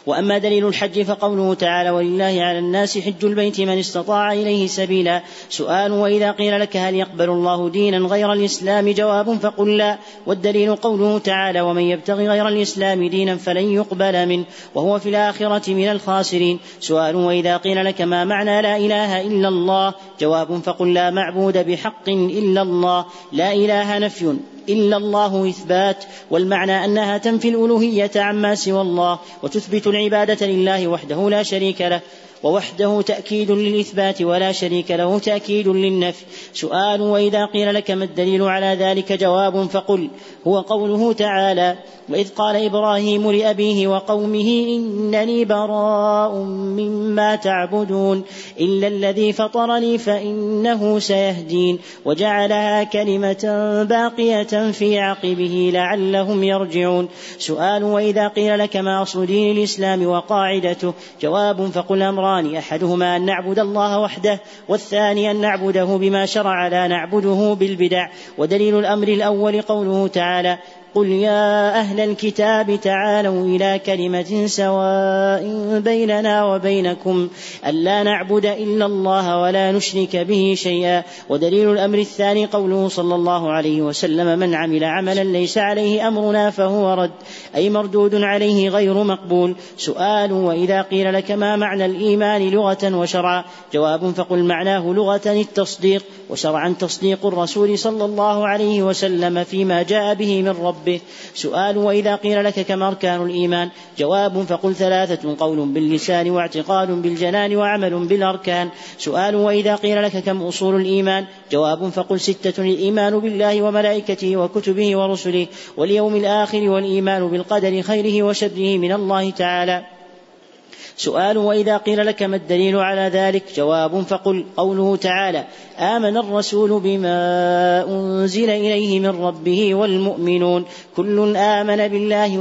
وأما دليل الحج فقوله تعالى ولله على الناس حج البيت من استطاع إليه سبيلا. سؤال وإذا قيل لك هل يقبل الله دينا غير الإسلام جواب فقل لا. والدليل قوله تعالى ومن يبتغي غير الإسلام دينا فلن يقبل منه وهو في الآخرة من الخاسرين. سؤال وإذا قيل لك ما معنى لا إله إلا الله جواب فقل لا معبود بحق إلا الله. لا إله نفي إلا الله إثبات، والمعنى أنها تنفي الألوهية عما سوى الله وتثبت العبادة لله وحده لا شريك له، ووحده تأكيد للإثبات ولا شريك له تأكيد للنفي. سؤال وإذا قيل لك ما الدليل على ذلك جواب فقل هو قوله تعالى وإذ قال إبراهيم لأبيه وقومه إنني براء مما تعبدون إلا الذي فطرني فإنه سيهدين وجعلها كلمة باقية في عقبه لعلهم يرجعون. سؤال وإذا قيل لك ما أصل دين الإسلام وقاعدته جواب فقل أمران أحدهما أن نعبد الله وحده والثاني أن نعبده بما شرع لا نعبده بالبدع. ودليل الأمر الأول قوله تعالى قل يا أهل الكتاب تعالوا إلى كلمة سواء بيننا وبينكم ألا نعبد إلا الله ولا نشرك به شيئا. ودليل الأمر الثاني قوله صلى الله عليه وسلم من عمل عملا ليس عليه أمرنا فهو رد أي مردود عليه غير مقبول. سؤال وإذا قيل لك ما معنى الإيمان لغة وشرعا جواب فقل معناه لغة التصديق وشرعا تصديق الرسول صلى الله عليه وسلم فيما جاء به من ربه. سؤال وإذا قيل لك كم أركان الإيمان جواب فقل ثلاثة قول باللسان واعتقاد بالجنان وعمل بالأركان. سؤال وإذا قيل لك كم أصول الإيمان جواب فقل ستة الإيمان بالله وملائكته وكتبه ورسله واليوم الآخر والإيمان بالقدر خيره وشره من الله تعالى. سؤال وإذا قيل لك ما الدليل على ذلك جواب فقل قوله تعالى آمن الرسول بما أنزل إليه من ربه والمؤمنون كل آمن بالله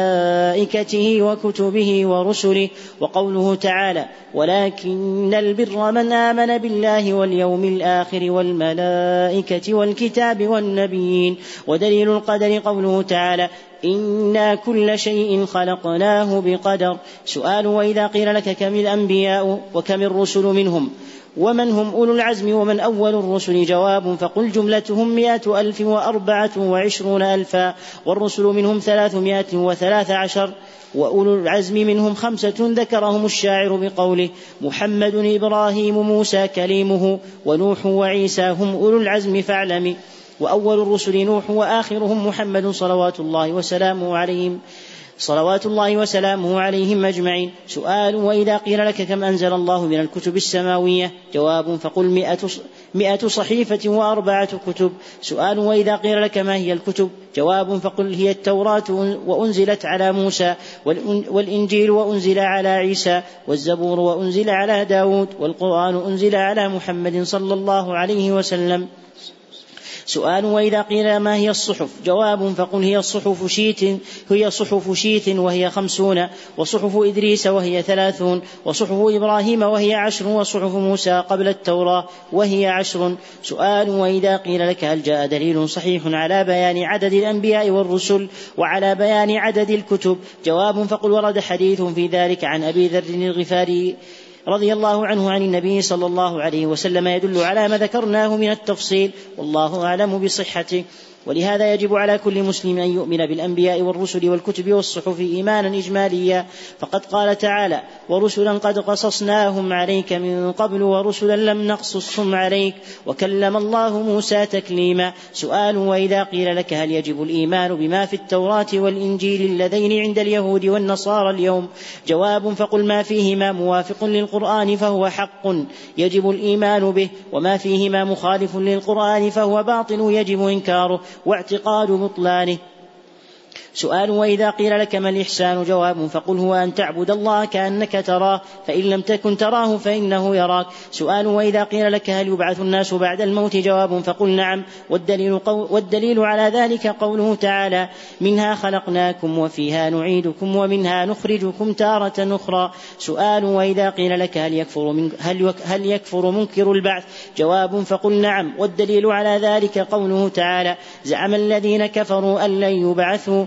وملائكته وكتبه ورسله. وقوله تعالى ولكن البر من آمن بالله واليوم الآخر والملائكة والكتاب والنبيين. ودليل القدر قوله تعالى إنا كل شيء خلقناه بقدر. سؤال وإذا قيل لك كم الأنبياء وكم الرسل منهم ومن هم أولو العزم ومن أول الرسل جواب فقل جملتهم مئة ألف وأربعة وعشرون ألفا والرسل منهم ثلاثمائة وثلاث عشر وأولو العزم منهم خمسة ذكرهم الشاعر بقوله محمد إبراهيم موسى كليمه ونوح وعيسى هم أولو العزم فاعلم. وأول الرسل نوح وآخرهم محمد صلوات الله وسلامه عليهم صلوات الله وسلامه عليهم أجمعين. سؤال وإذا قيل لك كم أنزل الله من الكتب السماوية جواب فقل مئة, مئة صحيفة وأربعة كتب. سؤال وإذا قيل لك ما هي الكتب جواب فقل هي التوراة وأنزلت على موسى والإنجيل وأنزل على عيسى والزبور وأنزل على داود والقرآن أنزل على محمد صلى الله عليه وسلم. سؤال وإذا قيل ما هي الصحف جواب فقل هي الصحف شيت هي صحف شيث وهي خمسون وصحف إدريس وهي ثلاثون وصحف إبراهيم وهي عشر وصحف موسى قبل التوراة وهي عشر. سؤال وإذا قيل لك هل جاء دليل صحيح على بيان عدد الأنبياء والرسل وعلى بيان عدد الكتب جواب فقل ورد حديث في ذلك عن أبي ذر الغفاري رضي الله عنه عن النبي صلى الله عليه وسلم يدل على ما ذكرناه من التفصيل والله أعلم بصحته. ولهذا يجب على كل مسلم أن يؤمن بالأنبياء والرسل والكتب والصحف إيمانا إجماليا. فقد قال تعالى ورسلا قد قصصناهم عليك من قبل ورسلا لم نقصصهم عليك وكلم الله موسى تكليما. سؤال وإذا قيل لك هل يجب الإيمان بما في التوراة والإنجيل اللذين عند اليهود والنصارى اليوم جواب فقل ما فيهما موافق للقرآن فهو حق يجب الإيمان به وما فيهما مخالف للقرآن فهو باطل يجب إنكاره واعتقاد بطلانه. سؤال وإذا قيل لك ما الإحسان جواب فقل هو أن تعبد الله كأنك تراه فإن لم تكن تراه فإنه يراك. سؤال وإذا قيل لك هل يبعث الناس بعد الموت جواب فقل نعم والدليل, قو والدليل على ذلك قوله تعالى منها خلقناكم وفيها نعيدكم ومنها نخرجكم تارة أخرى. سؤال وإذا قيل لك هل يكفر, من هل, هل يكفر منكر البعث جواب فقل نعم والدليل على ذلك قوله تعالى زعم الذين كفروا أن لن يبعثوا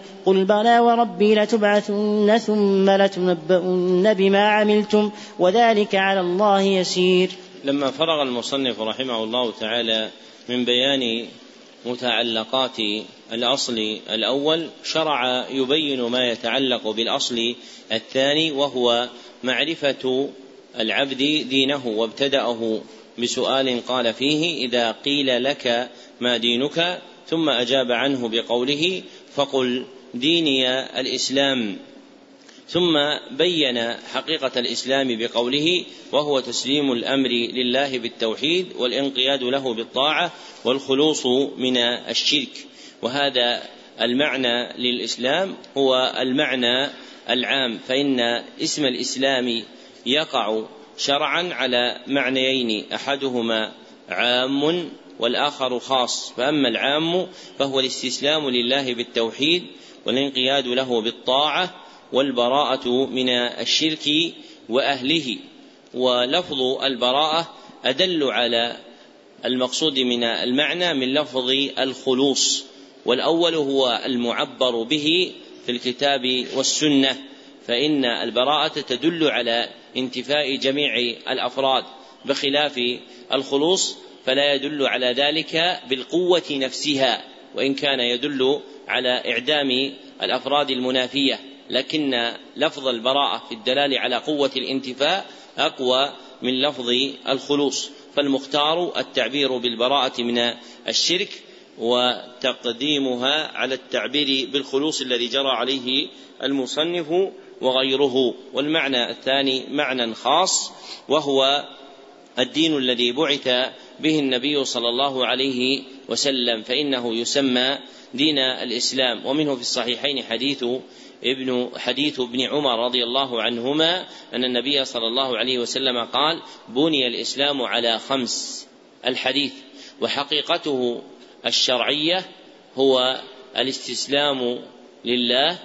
قل بلى وربي لتبعثن ثم لتنبؤن بما عملتم وذلك على الله يسير. لما فرغ المصنف رحمه الله تعالى من بيان متعلقات الأصل الأول شرع يبين ما يتعلق بالأصل الثاني وهو معرفة العبد دينه، وابتدأه بسؤال قال فيه: إذا قيل لك ما دينك؟ ثم أجاب عنه بقوله: فقل ديني الإسلام. ثم بين حقيقة الإسلام بقوله: وهو تسليم الأمر لله بالتوحيد والانقياد له بالطاعة والخلوص من الشرك. وهذا المعنى للإسلام هو المعنى العام، فإن اسم الإسلام يقع شرعا على معنيين: أحدهما عام والآخر خاص. فأما العام فهو الاستسلام لله بالتوحيد والانقياد له بالطاعة والبراءة من الشرك وأهله. ولفظ البراءة أدل على المقصود من المعنى من لفظ الخلوص، والأول هو المعبر به في الكتاب والسنة، فإن البراءة تدل على انتفاء جميع الأفراد، بخلاف الخلوص فلا يدل على ذلك بالقوة نفسها، وإن كان يدل على إعدام الأفراد المنافية، لكن لفظ البراءة في الدلالة على قوة الانتفاء أقوى من لفظ الخلوص. فالمختار التعبير بالبراءة من الشرك وتقديمها على التعبير بالخلوص الذي جرى عليه المصنف وغيره. والمعنى الثاني معنى خاص، وهو الدين الذي بعث به النبي صلى الله عليه وسلم، فإنه يسمى دين الإسلام. ومنه في الصحيحين حديث ابن حديث ابن عمر رضي الله عنهما أن النبي صلى الله عليه وسلم قال: بني الإسلام على خمس. الحديث وحقيقته الشرعية هو الاستسلام لله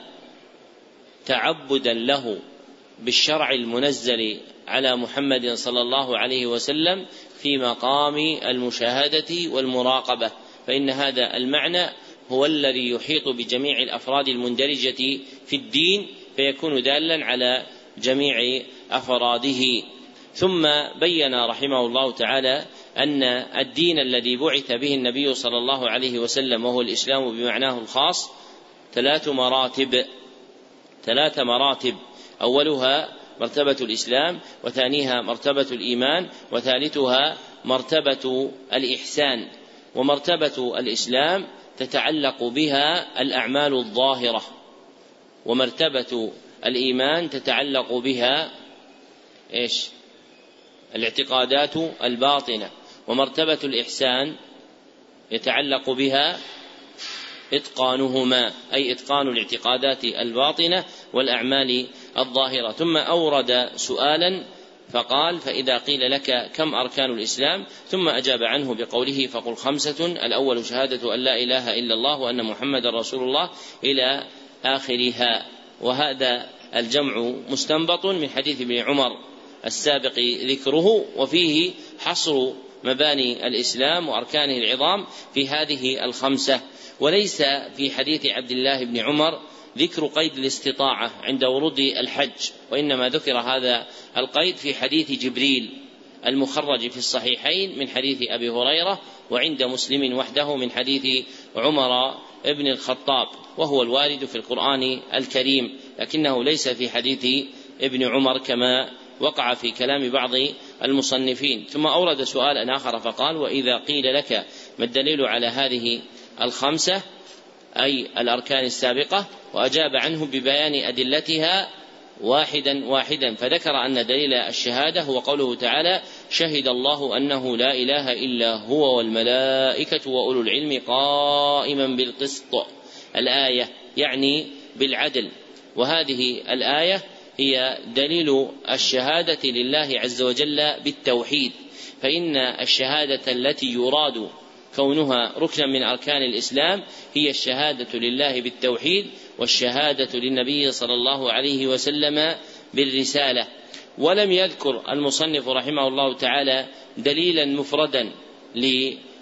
تعبدا له بالشرع المنزل على محمد صلى الله عليه وسلم في مقام المشاهدة والمراقبة، فإن هذا المعنى هو الذي يحيط بجميع الأفراد المندرجة في الدين، فيكون دالا على جميع أفراده. ثم بين رحمه الله تعالى أن الدين الذي بعث به النبي صلى الله عليه وسلم وهو الإسلام بمعناه الخاص ثلاث مراتب ثلاث مراتب أولها مرتبة الإسلام، وثانيها مرتبة الإيمان، وثالثها مرتبة الإحسان. ومرتبة الإسلام تتعلق بها الأعمال الظاهرة، ومرتبة الإيمان تتعلق بها إيش؟ الاعتقادات الباطنة. ومرتبة الإحسان يتعلق بها إتقانهما، أي إتقان الاعتقادات الباطنة والأعمال الظاهرة. ثم أورد سؤالا فقال: فإذا قيل لك كم أركان الإسلام؟ ثم أجاب عنه بقوله: فقل خمسة. الأول شهادة أن لا إله إلا الله وأن محمد رسول الله إلى آخرها. وهذا الجمع مستنبط من حديث ابن عمر السابق ذكره، وفيه حصر مباني الإسلام وأركانه العظام في هذه الخمسة. وليس في حديث عبد الله بن عمر ذكر قيد الاستطاعة عند ورود الحج، وإنما ذكر هذا القيد في حديث جبريل المخرج في الصحيحين من حديث أبي هريرة، وعند مسلم وحده من حديث عمر ابن الخطاب، وهو الوارد في القرآن الكريم، لكنه ليس في حديث ابن عمر كما وقع في كلام بعض المصنفين. ثم أورد سؤال آخر فقال: وإذا قيل لك ما الدليل على هذه الخمسة أي الأركان السابقة؟ وأجاب عنه ببيان أدلتها واحدا واحدا، فذكر أن دليل الشهادة هو قوله تعالى: شهد الله أنه لا إله إلا هو والملائكة وأولو العلم قائما بالقسط. الآية يعني بالعدل، وهذه الآية هي دليل الشهادة لله عز وجل بالتوحيد، فإن الشهادة التي يراد كونها ركنا من أركان الإسلام هي الشهادة لله بالتوحيد والشهادة للنبي صلى الله عليه وسلم بالرسالة. ولم يذكر المصنف رحمه الله تعالى دليلا مفردا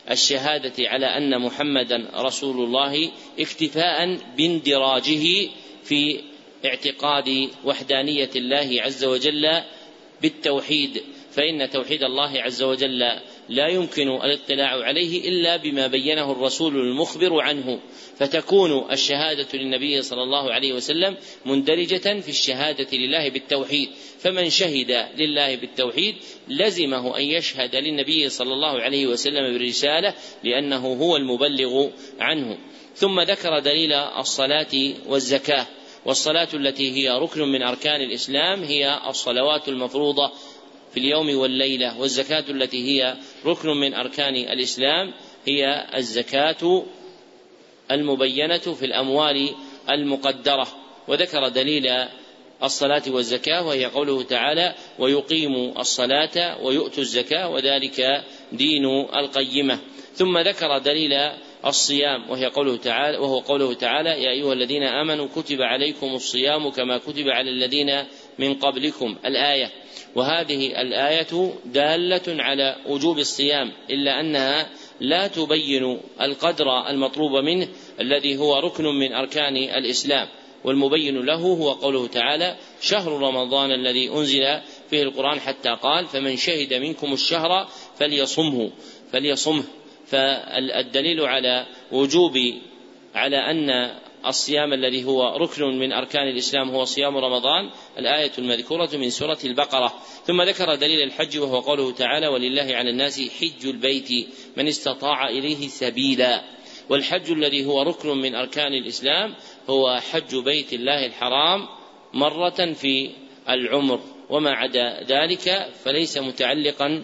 الشهادة على أن محمدا رسول الله اكتفاء باندراجه في اعتقاد وحدانية الله عز وجل بالتوحيد، فإن توحيد الله عز وجل لا يمكن الاطلاع عليه إلا بما بينه الرسول المخبر عنه، فتكون الشهادة للنبي صلى الله عليه وسلم مندرجة في الشهادة لله بالتوحيد، فمن شهد لله بالتوحيد لزمه أن يشهد للنبي صلى الله عليه وسلم بالرسالة لأنه هو المبلغ عنه. ثم ذكر دليل الصلاة والزكاة، والصلاة التي هي ركن من أركان الإسلام هي الصلوات المفروضة في اليوم والليلة، والزكاة التي هي ركن من أركان الإسلام هي الزكاة المبينة في الأموال المقدرة. وذكر دليل الصلاة والزكاة وهي قوله تعالى: ويقيموا الصلاة ويؤتوا الزكاة وذلك دين القيمة. ثم ذكر دليل الصيام وهي قوله تعالى وهو قوله تعالى: يا أيها الذين آمنوا كتب عليكم الصيام كما كتب على الذين من قبلكم الآية. وهذه الآية دالة على وجوب الصيام، إلا أنها لا تبين القدر المطلوب منه الذي هو ركن من أركان الإسلام، والمبين له هو قوله تعالى: شهر رمضان الذي أنزل فيه القرآن، حتى قال: فمن شهد منكم الشهر فليصمه فليصمه فالدليل على وجوب على أن الصيام الذي هو ركن من أركان الإسلام هو صيام رمضان الآية المذكورة من سورة البقرة. ثم ذكر دليل الحج وهو قوله تعالى: ولله على الناس حج البيت من استطاع إليه سبيلا. والحج الذي هو ركن من أركان الإسلام هو حج بيت الله الحرام مرة في العمر، وما عدا ذلك فليس متعلقا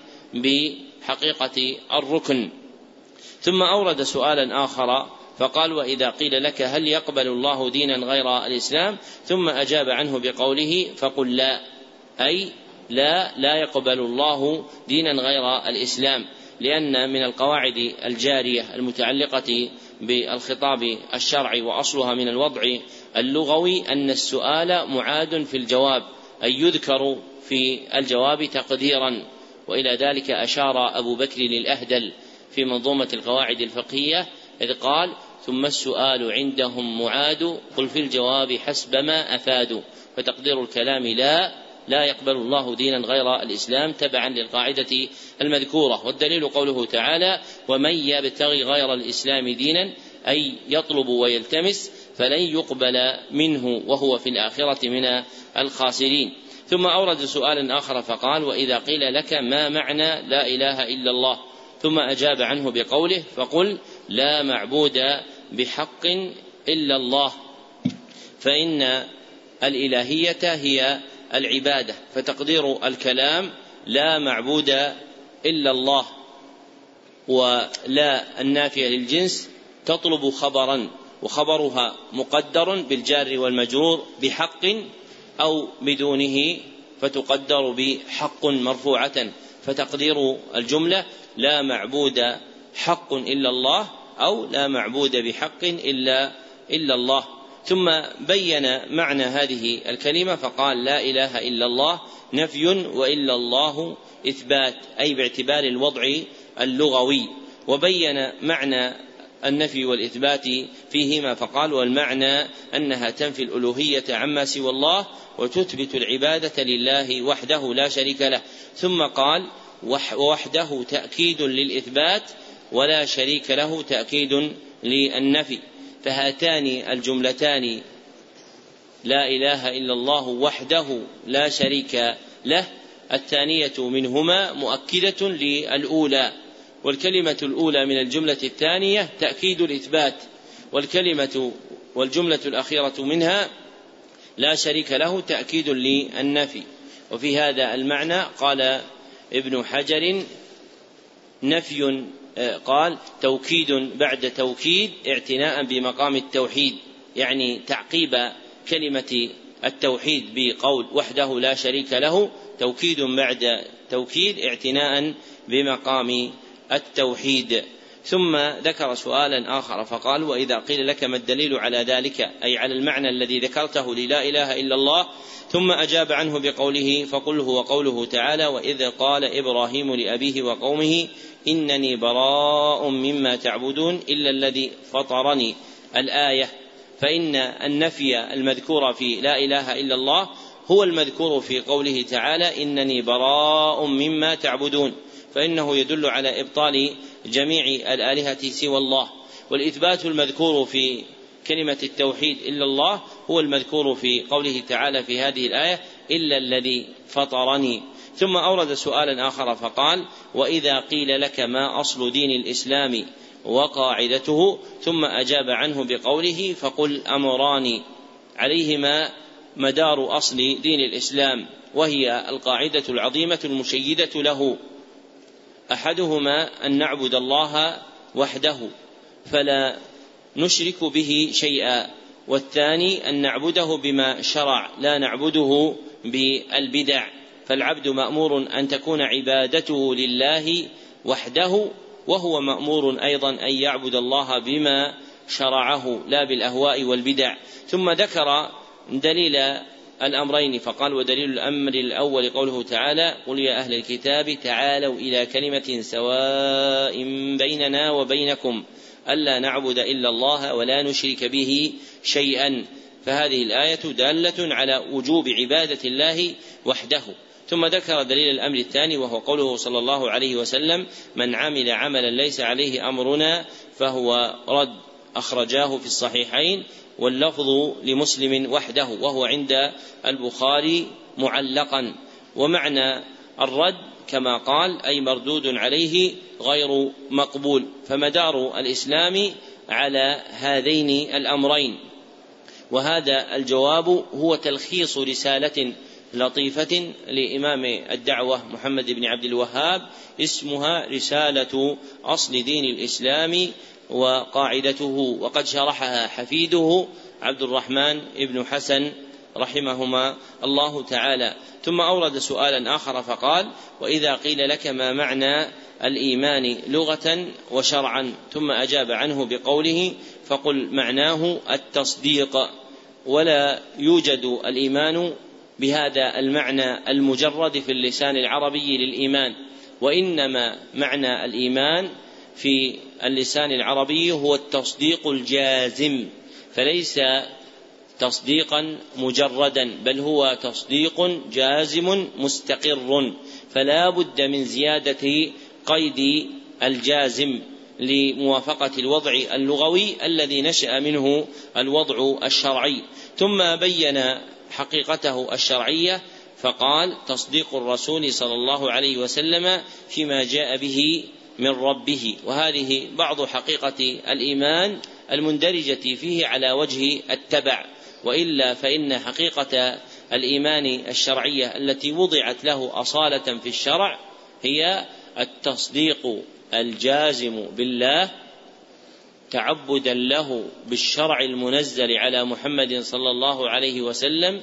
بحقيقة الركن. ثم أورد سؤالا آخر فقال: وإذا قيل لك هل يقبل الله دينا غير الإسلام؟ ثم أجاب عنه بقوله: فقل لا، أي لا لا يقبل الله دينا غير الإسلام، لأن من القواعد الجارية المتعلقة بالخطاب الشرعي وأصلها من الوضع اللغوي أن السؤال معاد في الجواب، أي يذكر في الجواب تقديرا. وإلى ذلك أشار أبو بكر للأهدل في منظومة القواعد الفقهية إذ قال: ثم السؤال عندهم معاد قل في الجواب حسب ما أفادوا. فتقدير الكلام لا لا يقبل الله دينا غير الإسلام تبعا للقاعدة المذكورة. والدليل قوله تعالى: ومن يبتغي غير الإسلام دينا، أي يطلب ويلتمس، فلن يقبل منه وهو في الآخرة من الخاسرين. ثم أورد سؤالا آخر فقال: وإذا قيل لك ما معنى لا إله إلا الله؟ ثم أجاب عنه بقوله: فقل لا معبود بحق إلا الله، فإن الإلهية هي العبادة. فتقدير الكلام لا معبود إلا الله، ولا النافية للجنس تطلب خبرا، وخبرها مقدر بالجار والمجرور بحق أو بدونه، فتقدر بحق مرفوعة. فتقدير الجملة لا معبود حق إلا الله، أو لا معبود بحق إلا إلا الله. ثم بين معنى هذه الكلمة فقال: لا إله إلا الله نفي، وإلا الله إثبات، أي باعتبار الوضع اللغوي. وبين معنى النفي والإثبات فيهما فقال: والمعنى أنها تنفي الألوهية عما سوى الله وتثبت العبادة لله وحده لا شريك له. ثم قال: ووحده تأكيد للإثبات، ولا شريك له تأكيد للنفي. فهاتان الجملتان لا إله إلا الله وحده لا شريك له الثانية منهما مؤكدة للأولى، والكلمة الأولى من الجملة الثانية تأكيد الإثبات، والكلمة والجملة الأخيرة منها لا شريك له تأكيد للنفي. وفي هذا المعنى قال ابن حجر: نفي قال توكيد بعد توكيد اعتناء بمقام التوحيد، يعني تعقيب كلمة التوحيد بقول وحده لا شريك له توكيد بعد توكيد اعتناء بمقام التوحيد. ثم ذكر سؤالا آخر فقال: وإذا قيل لك ما الدليل على ذلك، أي على المعنى الذي ذكرته للا إله إلا الله، ثم أجاب عنه بقوله: فقل هو قوله تعالى: وإذ قال إبراهيم لأبيه وقومه إنني براء مما تعبدون إلا الذي فطرني، الآية. فإن النفي المذكور في لا إله إلا الله هو المذكور في قوله تعالى: إنني براء مما تعبدون، فإنه يدل على إبطال جميع الآلهة سوى الله. والإثبات المذكور في كلمة التوحيد إلا الله هو المذكور في قوله تعالى في هذه الآية: إلا الذي فطرني. ثم أورد سؤالا آخر فقال: وإذا قيل لك ما أصل دين الإسلام وقاعدته، ثم أجاب عنه بقوله: فقل أمران عليهما مدار أصل دين الإسلام، وهي القاعدة العظيمة المشيدة له، أحدهما أن نعبد الله وحده فلا نشرك به شيئا، والثاني أن نعبده بما شرع لا نعبده بالبدع. فالعبد مأمور أن تكون عبادته لله وحده، وهو مأمور أيضا أن يعبد الله بما شرعه لا بالأهواء والبدع. ثم ذكر دليل الأمرين فقال: ودليل الأمر الأول قوله تعالى: قل يا أهل الكتاب تعالوا إلى كلمة سواء بيننا وبينكم ألا نعبد إلا الله ولا نشرك به شيئا. فهذه الآية دالة على وجوب عبادة الله وحده. ثم ذكر دليل الأمر الثاني وهو قوله صلى الله عليه وسلم: من عمل عملا ليس عليه أمرنا فهو رد، أخرجاه في الصحيحين، واللفظ لمسلم وحده، وهو عند البخاري معلقا. ومعنى الرد كما قال أي مردود عليه غير مقبول. فمدار الإسلام على هذين الأمرين. وهذا الجواب هو تلخيص رسالة لطيفة لإمام الدعوة محمد بن عبد الوهاب اسمها رسالة أصل دين الإسلام وقاعدته، وقد شرحها حفيده عبد الرحمن بن حسن رحمهما الله تعالى. ثم أورد سؤالا آخر فقال: وإذا قيل لك ما معنى الإيمان لغة وشرعا، ثم أجاب عنه بقوله: فقل معناه التصديق. ولا يوجد الإيمان بهذا المعنى المجرد في اللسان العربي للإيمان، وإنما معنى الإيمان في اللسان العربي هو التصديق الجازم، فليس تصديقا مجردا، بل هو تصديق جازم مستقر، فلا بد من زيادة قيد الجازم لموافقة الوضع اللغوي الذي نشأ منه الوضع الشرعي. ثم بين حقيقته الشرعية فقال: تصديق الرسول صلى الله عليه وسلم فيما جاء به من ربه. وهذه بعض حقيقة الإيمان المندرجة فيه على وجه التبع، وإلا فإن حقيقة الإيمان الشرعية التي وضعت له أصالة في الشرع هي التصديق الجازم بالله تعبدا له بالشرع المنزل على محمد صلى الله عليه وسلم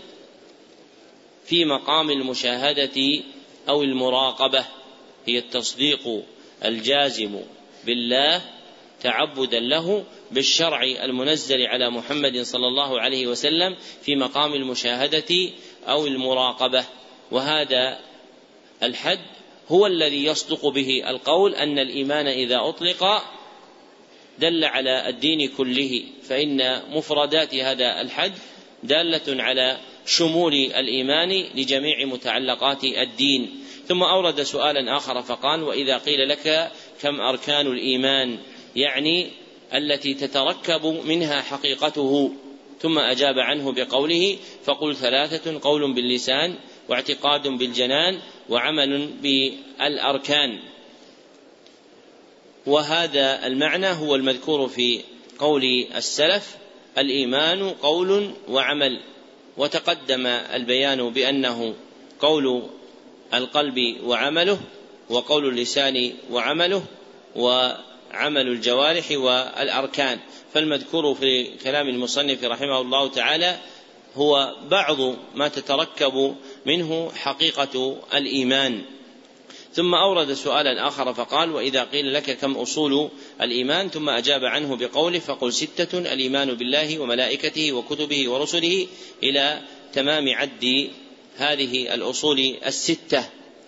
في مقام المشاهدة أو المراقبة. هي التصديق الجازم بالله تعبدا له بالشرع المنزل على محمد صلى الله عليه وسلم في مقام المشاهدة أو المراقبة. وهذا الحد هو الذي يصدق به القول أن الإيمان إذا أطلق دل على الدين كله، فإن مفردات هذا الحد دالة على شمول الإيمان لجميع متعلقات الدين. ثم أورد سؤالا آخر فقال: وإذا قيل لك كم أركان الإيمان، يعني التي تتركب منها حقيقته، ثم أجاب عنه بقوله: فقل ثلاثة: قول باللسان، واعتقاد بالجنان، وعمل بالأركان. وهذا المعنى هو المذكور في قول السلف: الإيمان قول وعمل. وتقدم البيان بأنه قول القلب وعمله، وقول اللسان وعمله، وعمل الجوارح والأركان. فالمذكور في كلام المصنف رحمه الله تعالى هو بعض ما تتركب منه حقيقة الإيمان. ثم أورد سؤالا آخر فقال: وإذا قيل لك كم أصول الإيمان، ثم أجاب عنه بقوله فقل ستة: الإيمان بالله وملائكته وكتبه ورسله إلى تمام عد هذه الأصول الستة.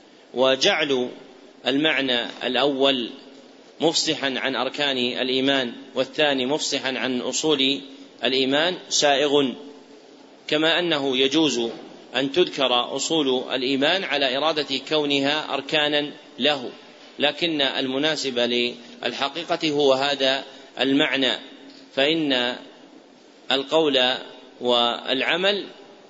وجعل المعنى الأول مفصحا عن أركان الإيمان والثاني مفصحا عن أصول الإيمان سائغ، كما أنه يجوز أن تذكر أصول الإيمان على إرادة كونها أركانا له، لكن المناسب للحقيقة هو هذا المعنى، فإن القول والعمل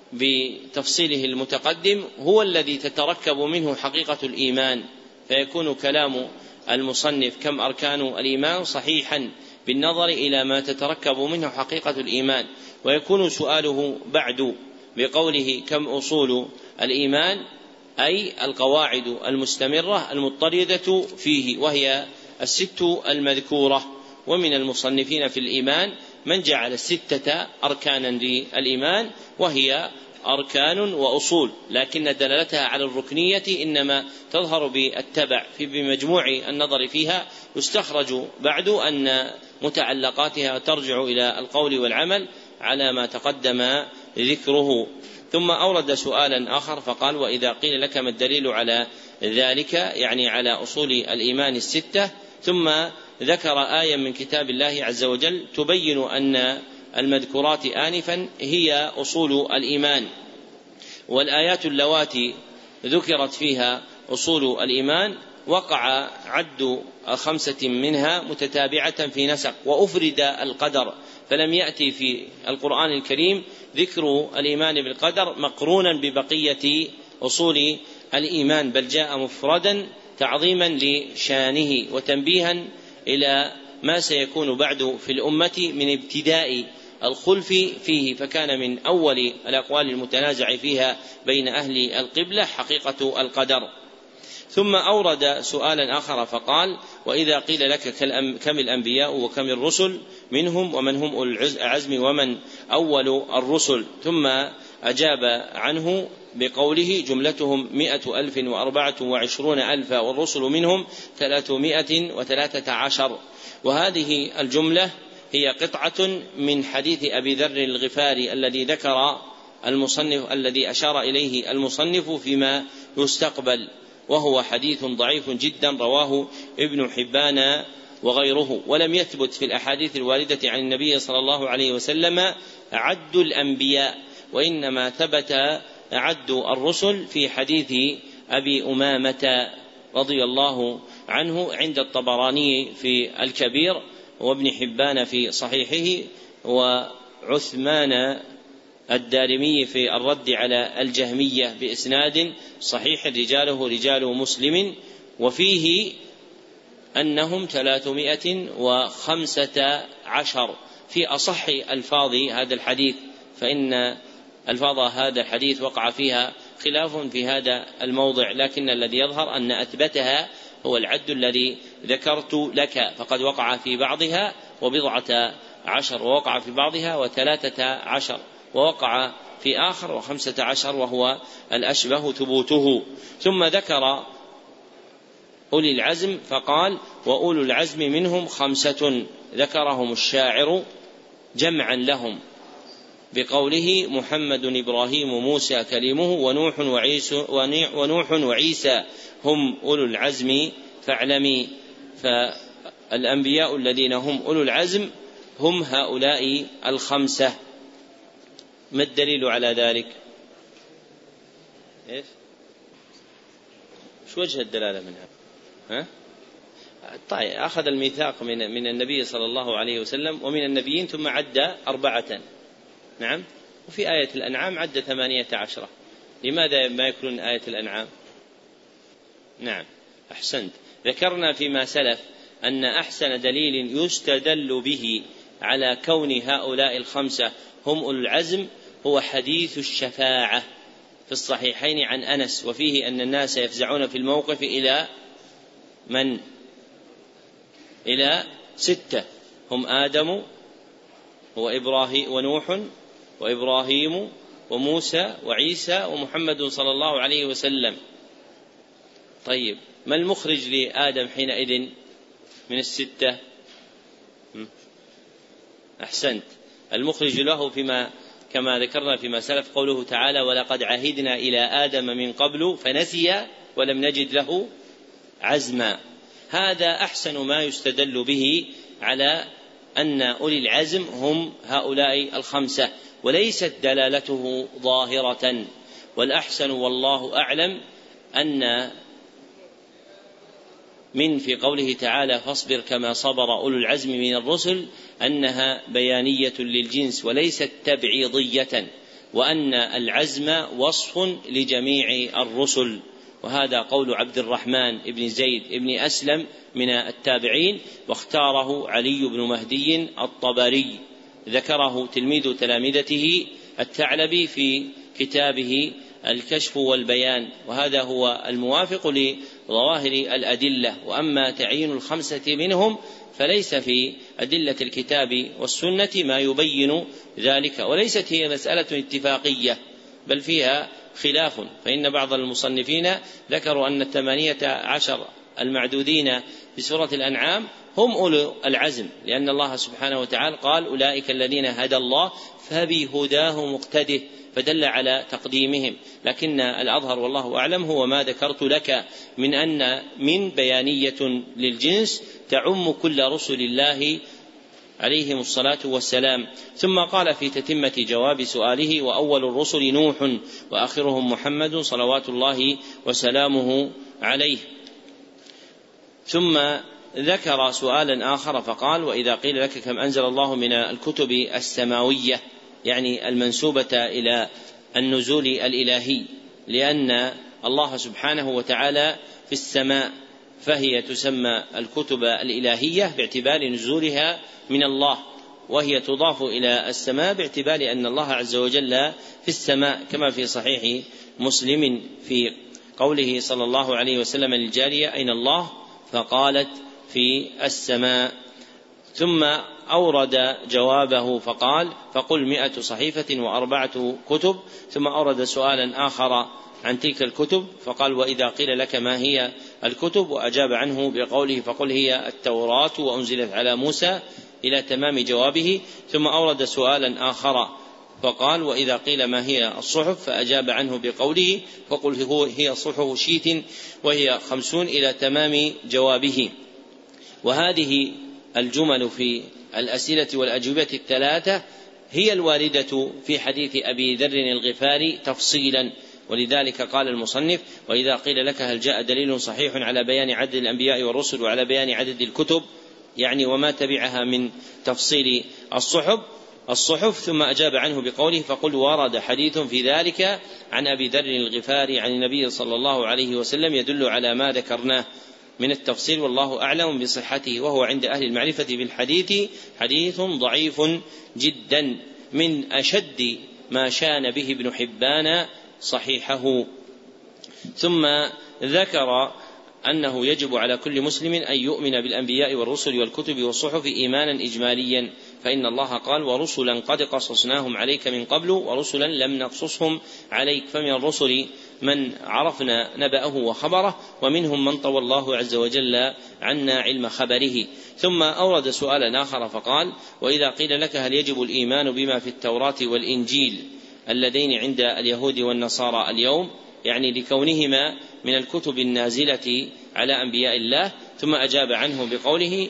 بتفصيله المتقدم هو الذي تتركب منه حقيقة الإيمان، فيكون كلام المصنف كم أركان الإيمان صحيحا بالنظر إلى ما تتركب منه حقيقة الإيمان، ويكون سؤاله بعد بقوله كم أصول الإيمان أي القواعد المستمرة المضطردة فيه، وهي الست المذكورة. ومن المصنفين في الإيمان من جعل الستة أركانا للإيمان، وهي أركان وأصول، لكن دلالتها على الركنية إنما تظهر بالتبع في بمجموع النظر فيها، يستخرج بعد أن متعلقاتها ترجع إلى القول والعمل على ما تقدم ذكره. ثم أورد سؤالا آخر فقال وإذا قيل لك ما الدليل على ذلك، يعني على أصول الإيمان الستة، ثم ذكر آية من كتاب الله عز وجل تبين أن المذكورات آنفا هي أصول الإيمان، والآيات اللواتي ذكرت فيها أصول الإيمان وقع عد خمسة منها متتابعة في نسق، وأفرد القدر، فلم يأتي في القرآن الكريم ذكر الإيمان بالقدر مقرونا ببقية أصول الإيمان، بل جاء مفردا تعظيما لشانه وتنبيها إلى ما سيكون بعد في الأمة من ابتداء الخلف فيه، فكان من أول الأقوال المتنازع فيها بين أهل القبلة حقيقة القدر. ثم أورد سؤالا آخر فقال وإذا قيل لك كم الأنبياء وكم الرسل منهم ومن هم أولو العزم ومن أول الرسل، ثم أجاب عنه بقوله جملتهم مئة ألف وأربعة وعشرون ألفا والرسل منهم ثلاثمائة وثلاثة عشر. وهذه الجملة هي قطعة من حديث أبي ذر الغفاري الذي ذكر المصنف الذي أشار إليه المصنف فيما يستقبل، وهو حديث ضعيف جدا رواه ابن حبان وغيره، ولم يثبت في الأحاديث الواردة عن النبي صلى الله عليه وسلم عد الأنبياء، وإنما ثبت عد الرسل في حديث أبي أمامة رضي الله عنه عند الطبراني في الكبير وابن حبان في صحيحه وعثمان الدارمي في الرد على الجهمية بإسناد صحيح رجاله رجال مسلم، وفيه أنهم ثلاثمائة وخمسة عشر في أصح ألفاظ هذا الحديث، فإن ألفاظ هذا الحديث وقع فيها خلاف في هذا الموضع، لكن الذي يظهر أن أثبتها هو العد الذي ذكرت لك، فقد وقع في بعضها وبضعة عشر، ووقع في بعضها وثلاثة عشر، ووقع في آخر وخمسة عشر، وهو الأشبه ثبوته. ثم ذكر أولي العزم فقال وأولو العزم منهم خمسة ذكرهم الشاعر جمعا لهم بقوله محمد إبراهيم موسى كليمه ونوح وعيسى, ونوح وعيسى هم أولو العزم فاعلمي. فالأنبياء الذين هم أولو العزم هم هؤلاء الخمسة. ما الدليل على ذلك؟ إيش شو وجه الدلالة منها؟ ها؟ طيب أخذ الميثاق من من النبي صلى الله عليه وسلم ومن النبيين ثم عد أربعة، نعم، وفي آية الأنعام عد ثمانية عشرة. لماذا ما يكون آية الأنعام؟ نعم أحسنت. ذكرنا فيما سلف أن أحسن دليل يستدل به على كون هؤلاء الخمسة هم أولو العزم هو حديث الشفاعة في الصحيحين عن أنس، وفيه أن الناس يفزعون في الموقف إلى من؟ إلى ستة، هم آدم وإبراهيم ونوح وإبراهيم وموسى وعيسى ومحمد صلى الله عليه وسلم. طيب ما المخرج لآدم حينئذ من الستة؟ أحسنت. المخرج له فيما كما ذكرنا فيما سلف قوله تعالى ولقد عهدنا إلى آدم من قبل فنسي ولم نجد له عزما. هذا أحسن ما يستدل به على أن أولي العزم هم هؤلاء الخمسة، وليست دلالته ظاهرة. والأحسن والله أعلم أن من في قوله تعالى فاصبر كما صبر أولو العزم من الرسل أنها بيانية للجنس وليست تبعيضية، وأن العزم وصف لجميع الرسل. وهذا قول عبد الرحمن بن زيد بن أسلم من التابعين، واختاره علي بن مهدي الطبري، ذكره تلميذ تلامذته الثعلبي في كتابه الكشف والبيان، وهذا هو الموافق لظواهر الأدلة. وأما تعيين الخمسة منهم فليس في أدلة الكتاب والسنة ما يبين ذلك، وليست هي مسألة اتفاقية بل فيها خلاف، فإن بعض المصنفين ذكروا أن الثمانية عشر المعدودين في سورة الأنعام هم أولو العزم، لأن الله سبحانه وتعالى قال أولئك الذين هدى الله فبهداه مقتده، فدل على تقديمهم. لكن الأظهر والله أعلم هو ما ذكرت لك من أن من بيانية للجنس تعم كل رسل الله عليهم الصلاة والسلام. ثم قال في تتمة جواب سؤاله وأول الرسل نوح وآخرهم محمد صلوات الله وسلامه عليه. ثم ذكر سؤالا آخر فقال وإذا قيل لك كم أنزل الله من الكتب السماوية، يعني المنسوبة إلى النزول الإلهي، لأن الله سبحانه وتعالى في السماء فهي تسمى الكتب الإلهية باعتبار نزولها من الله، وهي تضاف إلى السماء باعتبار أن الله عز وجل في السماء، كما في صحيح مسلم في قوله صلى الله عليه وسلم للجارية أين الله؟ فقالت في السماء. ثم أورد جوابه فقال فقل مئة صحيفة وأربعة كتب. ثم أورد سؤالا آخر عن تلك الكتب فقال وإذا قيل لك ما هي الكتب، وأجاب عنه بقوله فقل هي التوراة وأنزلت على موسى إلى تمام جوابه. ثم أورد سؤالا آخر فقال وإذا قيل ما هي الصحف، فأجاب عنه بقوله فقل هي صحف شيت وهي خمسون إلى تمام جوابه. وهذه الجمل في الأسئلة والأجوبة الثلاثة هي الواردة في حديث أبي ذر الغفاري تفصيلا، ولذلك قال المصنف وإذا قيل لك هل جاء دليل صحيح على بيان عدد الأنبياء والرسل وعلى بيان عدد الكتب، يعني وما تبعها من تفصيل الصحف الصحف ثم أجاب عنه بقوله فقل ورد حديث في ذلك عن أبي ذر الغفاري عن النبي صلى الله عليه وسلم يدل على ما ذكرناه من التفصيل، والله أعلم بصحته، وهو عند أهل المعرفة بالحديث حديث ضعيف جدا من أشد ما شان به ابن حبان صحيحه. ثم ذكر أنه يجب على كل مسلم أن يؤمن بالأنبياء والرسل والكتب والصحف إيمانا إجماليا، فإن الله قال ورسلا قد قصصناهم عليك من قبل ورسلا لم نقصصهم عليك، فمن الرسل من عرفنا نبأه وخبره، ومنهم من طوى الله عز وجل عنا علم خبره. ثم أورد سؤالا آخر فقال وإذا قيل لك هل يجب الإيمان بما في التوراة والإنجيل اللذين عند اليهود والنصارى اليوم، يعني لكونهما من الكتب النازلة على أنبياء الله. ثم أجاب عنه بقوله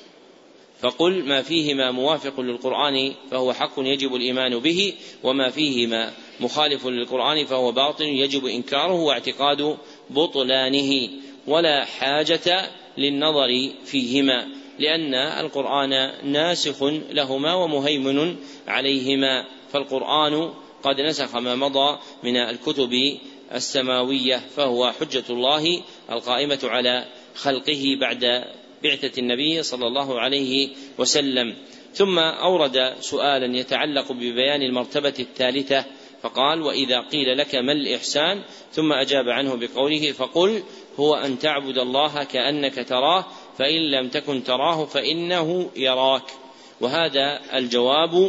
فقل ما فيهما موافق للقرآن فهو حق يجب الإيمان به، وما فيهما مخالف للقرآن فهو باطل يجب إنكاره واعتقاد بطلانه، ولا حاجة للنظر فيهما لأن القرآن ناسخ لهما ومهيمن عليهما، فالقرآن قد نسخ ما مضى من الكتب السماوية، فهو حجة الله القائمة على خلقه بعد بعثة النبي صلى الله عليه وسلم. ثم أورد سؤالا يتعلق ببيان المرتبة الثالثة فقال وإذا قيل لك ما الإحسان، ثم أجاب عنه بقوله فقل هو أن تعبد الله كأنك تراه فإن لم تكن تراه فإنه يراك. وهذا الجواب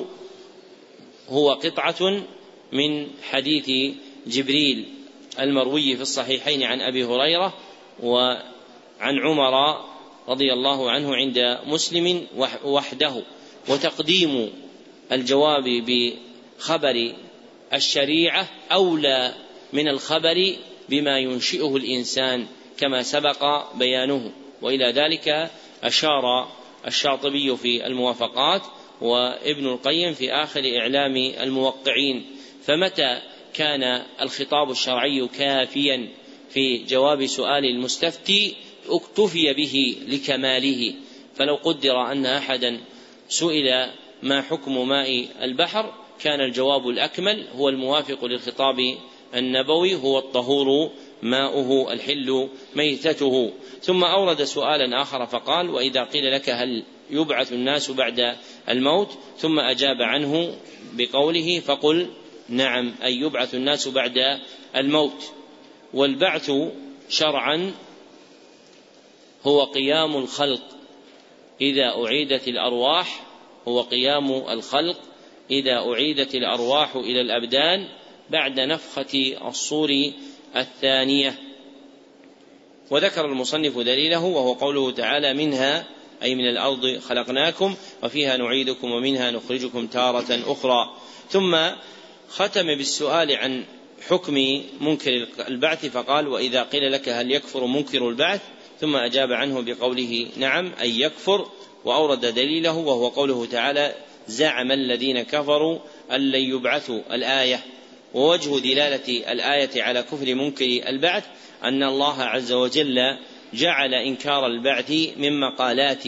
هو قطعة من حديث جبريل المروي في الصحيحين عن أبي هريرة وعن عمر رضي الله عنه عند مسلم وحده. وتقديم الجواب بخبر الشريعة أولى من الخبر بما ينشئه الإنسان كما سبق بيانه. وإلى ذلك أشار الشاطبي في الموافقات وابن القيم في آخر إعلام الموقعين. فمتى كان الخطاب الشرعي كافيا في جواب سؤال المستفتي اكتفي به لكماله. فلو قدر أن أحدا سئل ما حكم ماء البحر كان الجواب الأكمل هو الموافق للخطاب النبوي، هو الطهور ماؤه الحل ميتته. ثم أورد سؤالا آخر فقال: وإذا قيل لك هل يبعث الناس بعد الموت؟ ثم أجاب عنه بقوله: فقل نعم، أي يبعث الناس بعد الموت. والبعث شرعا هو قيام الخلق إذا أعيدت الأرواح هو قيام الخلق إذا أعيدت الأرواح إلى الأبدان بعد نفخة الصور الثانية. وذكر المصنف دليله وهو قوله تعالى: منها أي من الأرض خلقناكم وفيها نعيدكم ومنها نخرجكم تارة أخرى. ثم ختم بالسؤال عن حكم منكر البعث فقال: وإذا قيل لك هل يكفر منكر البعث؟ ثم أجاب عنه بقوله نعم أي يكفر. وأورد دليله وهو قوله تعالى: زعم الذين كفروا أن لن يبعثوا الآية. ووجه دلالة الآية على كفر منكر البعث أن الله عز وجل جعل إنكار البعث من مقالات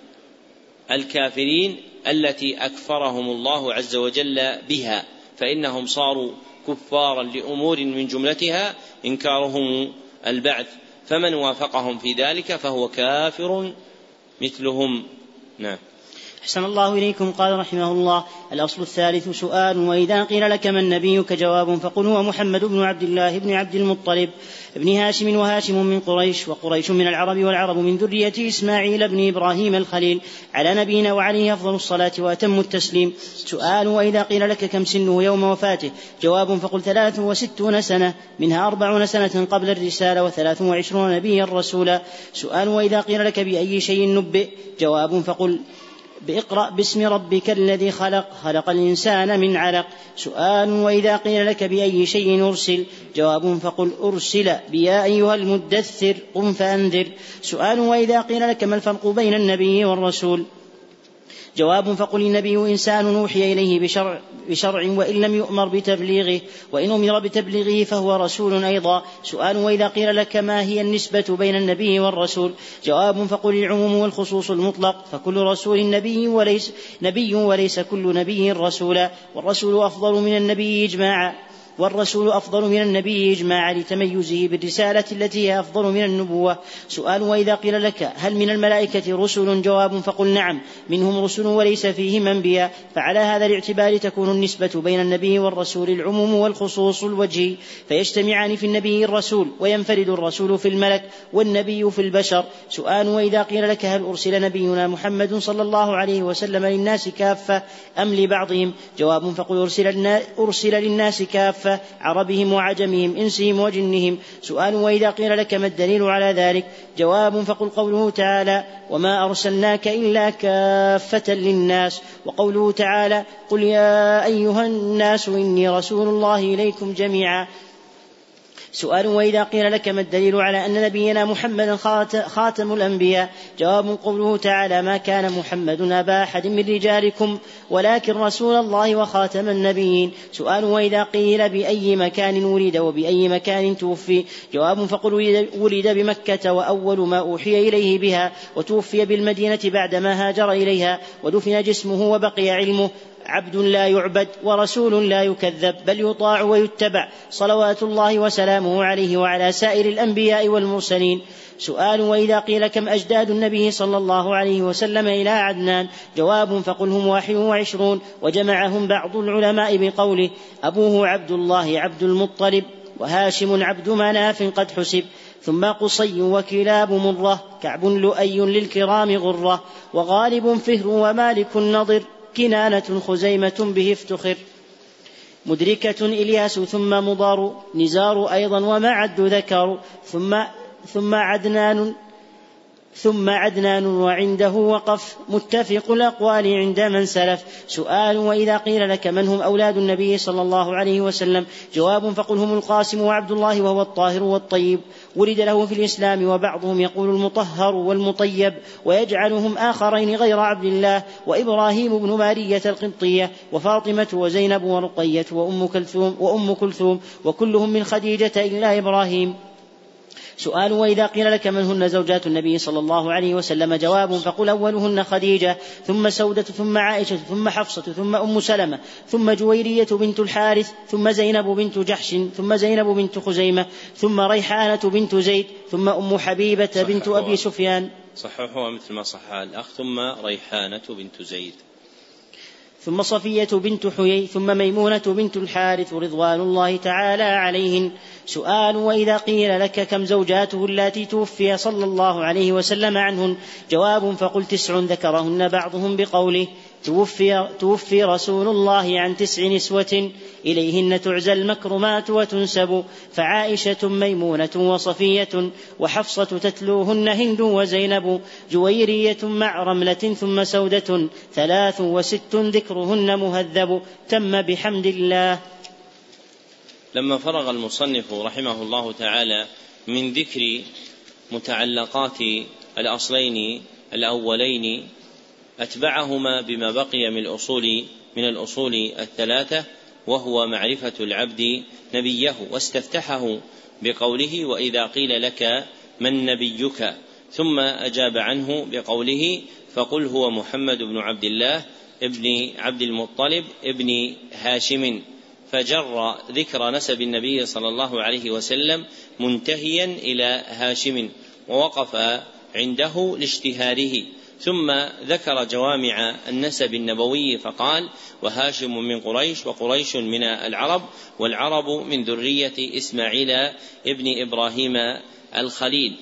الكافرين التي أكفرهم الله عز وجل بها، فإنهم صاروا كفارا لأمور من جملتها إنكارهم البعث، فمن وافقهم في ذلك فهو كافر مثلهم. نعم. أحسن الله إليكم. قال رحمه الله: الأصل الثالث سؤال: وإذا قيل لك من نبيك جواب فقل هو محمد بن عبد الله بن عبد المطلب ابن هاشم، وهاشم من قريش، وقريش من العرب، والعرب من ذرية إسماعيل بن إبراهيم الخليل، على نبينا وعليه أفضل الصلاة وأتم التسليم. سؤال: وإذا قيل لك كم سنه يوم وفاته جواب فقل ثلاث وستون سنة، منها أربعون سنة قبل الرسالة وثلاث وعشرون نبيا رسولا. سؤال: وإذا قيل لك بأي شيء نبئ جواب فقل بإقرأ باسم ربك الذي خلق خلق الإنسان من علق. سؤال: وإذا قيل لك بأي شيء أرسل جواب فقل أرسل بيا أيها المدثر قم فأنذر. سؤال: وإذا قيل لك ما الفرق بين النبي والرسول جواب فقل النبي إنسان أوحي إليه بشرع, بشرع وإن لم يؤمر بتبليغه، وإن أمر بتبليغه فهو رسول أيضا. سؤال: وإذا قيل لك ما هي النسبة بين النبي والرسول جواب فقل العموم والخصوص المطلق، فكل رسول نبي وليس, نبي وليس كل نبي رسولا، والرسول أفضل من النبي إجماعا والرسول أفضل من النبي إجماعا لتميزه بالرسالة التي هي أفضل من النبوة. سؤال: وإذا قيل لك هل من الملائكة رسل جواب فقل نعم، منهم رسل وليس فيهم أنبياء، فعلى هذا الاعتبار تكون النسبة بين النبي والرسول العموم والخصوص الوجهي، فيجتمعان في النبي الرسول، وينفرد الرسول في الملك والنبي في البشر. سؤال: وإذا قيل لك هل أرسل نبينا محمد صلى الله عليه وسلم للناس كافة أم لبعضهم جواب فقل أرسل للناس كافة عربهم وعجمهم إنسهم وجنهم. سؤال: وإذا قيل لك ما الدليل على ذلك جواب فقل قوله تعالى: وما أرسلناك إلا كافة للناس، وقوله تعالى: قل يا أيها الناس إني رسول الله إليكم جميعا. سؤال: وإذا قيل لك ما الدليل على أن نبينا محمدا خاتم الأنبياء جواب قوله تعالى: ما كان محمد أبا أحد من رجالكم ولكن رسول الله وخاتم النبيين. سؤال: وإذا قيل بأي مكان ولد وبأي مكان توفي جواب فقل ولد بمكة وأول ما أوحي إليه بها، وتوفي بالمدينة بعدما هاجر إليها، ودفن جسمه وبقي علمه، عبد لا يعبد ورسول لا يكذب بل يطاع ويتبع صلوات الله وسلامه عليه وعلى سائر الأنبياء والمرسلين. سؤال: وإذا قيل كم أجداد النبي صلى الله عليه وسلم إلى عدنان جواب فقل هم واحد وعشرون، وجمعهم بعض العلماء بقوله: أبوه عبد الله عبد المطلب، وهاشم عبد مناف قد حسب، ثم قصي وكلاب مرة، كعب لؤي للكرام غرة، وغالب فهر ومالك نضر، كنانة خزيمة به افتخر، مدركة إلياس ثم مضار، نزار أيضا وما عد ذكر، ثم, ثم عدنان ثم عدنان وعنده وقف. متفق الأقوال عند من سلف. سؤال: وإذا قيل لك من هم أولاد النبي صلى الله عليه وسلم؟ جواب: فقل هم القاسم وعبد الله وهو الطاهر والطيب، ولد له في الإسلام، وبعضهم يقول المطهر والمطيب، ويجعلهم آخرين غير عبد الله، وإبراهيم بن مارية القبطية، وفاطمة وزينب ورقية وأم كلثوم, وأم كلثوم وكلهم من خديجة إلا إبراهيم. سؤال: وإذا قيل لك من هن زوجات النبي صلى الله عليه وسلم؟ جواب: فقل أولهن خديجة، ثم سودة، ثم عائشة، ثم حفصة، ثم أم سلمة، ثم جويرية بنت الحارث، ثم زينب بنت جحش، ثم زينب بنت خزيمة، ثم ريحانة بنت زيد، ثم أم حبيبة بنت أبي سفيان. صححوها مثل ما صح الأخ. ثم ريحانة بنت زيد، ثم صفية بنت حيي، ثم ميمونة بنت الحارث رضوان الله تعالى عليهن. سؤال: وإذا قيل لك كم زوجاته اللاتي توفي صلى الله عليه وسلم عنهن؟ جواب: فقل تسع، ذكرهن بعضهم بقوله توفي, توفي رسول الله عن تسع نسوة إليهن تعزى المكرمات وتنسب، فعائشة ميمونة وصفية وحفصة تتلوهن هند وزينب، جويرية مع رملة ثم سودة، ثلاث وست ذكرهن مهذب. تم بحمد الله. لما فرغ المصنف رحمه الله تعالى من ذكر متعلقات الأصلين الأولين أتبعهما بما بقي من الأصول من الأصول الثلاثة، وهو معرفة العبد نبيه، واستفتحه بقوله: وإذا قيل لك من نبيك، ثم أجاب عنه بقوله: فقل هو محمد بن عبد الله ابن عبد المطلب ابن هاشم، فجر ذكر نسب النبي صلى الله عليه وسلم منتهيا إلى هاشم، ووقف عنده لاشتهاره، ثم ذكر جوامع النسب النبوي فقال: وهاشم من قريش، وقريش من العرب، والعرب من ذرية إسماعيل ابن إبراهيم الخليل.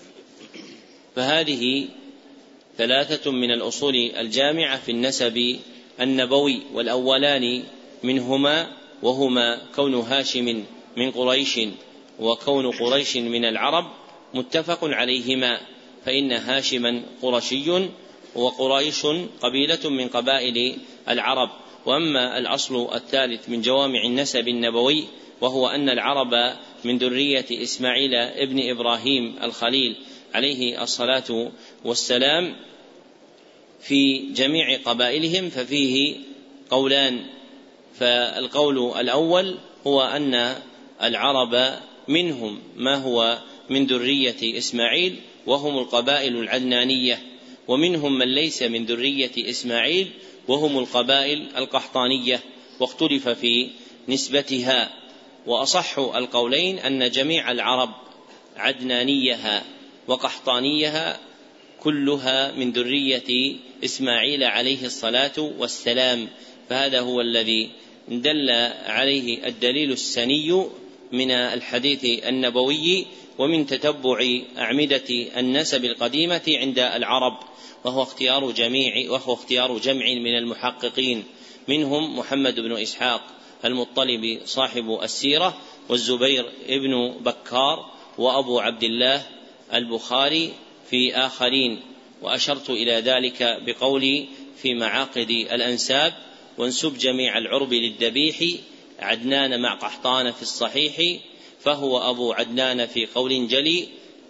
فهذه ثلاثة من الأصول الجامعة في النسب النبوي، والأولان منهما وهما كون هاشم من قريش وكون قريش من العرب متفق عليهما، فإن هاشما قرشي وقريش قبيلة من قبائل العرب. وأما الأصل الثالث من جوامع النسب النبوي، وهو أن العرب من ذرية إسماعيل ابن إبراهيم الخليل عليه الصلاة والسلام في جميع قبائلهم، ففيه قولان. فالقول الأول هو أن العرب منهم ما هو من ذرية إسماعيل وهم القبائل العدنانية، ومنهم من ليس من ذرية إسماعيل وهم القبائل القحطانية، واختلف في نسبتها. وأصح القولين أن جميع العرب عدنانيها وقحطانيها كلها من ذرية إسماعيل عليه الصلاة والسلام، فهذا هو الذي دل عليه الدليل السني من الحديث النبوي ومن تتبع أعمدة النسب القديمة عند العرب، وهو اختيار جميع وهو اختيار جمع من المحققين، منهم محمد بن إسحاق المطلبي صاحب السيرة، والزبير ابن بكار، وأبو عبد الله البخاري في آخرين. وأشرت إلى ذلك بقولي في معاقد الأنساب: وانسب جميع العرب للذبيح، عدنان مع قحطان في الصحيح، فهو أبو عدنان في قول جلي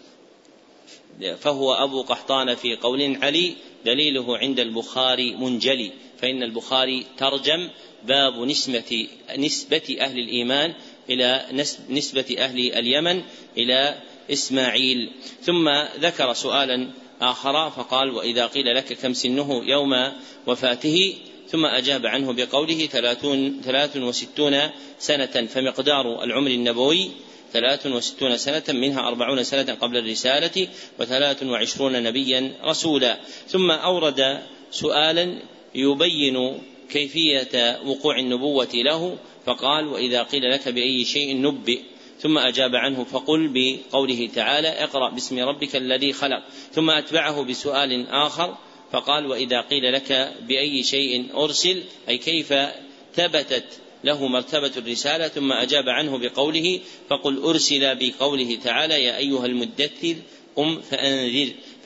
فهو أبو قحطان في قول علي، دليله عند البخاري منجلي، فإن البخاري ترجم باب نسبة, نسبة أهل الإيمان إلى نسبة أهل اليمن إلى إسماعيل. ثم ذكر سؤالا آخر فقال: وإذا قيل لك كم سنه يوم وفاته، ثم أجاب عنه بقوله: ثلاث وستون سنة، فمقدار العمر النبوي ثلاث وستون سنة، منها أربعون سنة قبل الرسالة، وثلاث وعشرون نبيا رسولا. ثم أورد سؤالا يبين كيفية وقوع النبوة له، فقال: وإذا قيل لك بأي شيء نبئ، ثم أجاب عنه فقل بقوله تعالى: اقرأ باسم ربك الذي خلق. ثم أتبعه بسؤال آخر فقال: وإذا قيل لك بأي شيء أرسل، أي كيف ثبتت له مرتبة الرسالة. ثم أجاب عنه بقوله: فقل أرسل، بقوله تعالى: يا أيها المدثر قم فأنذر،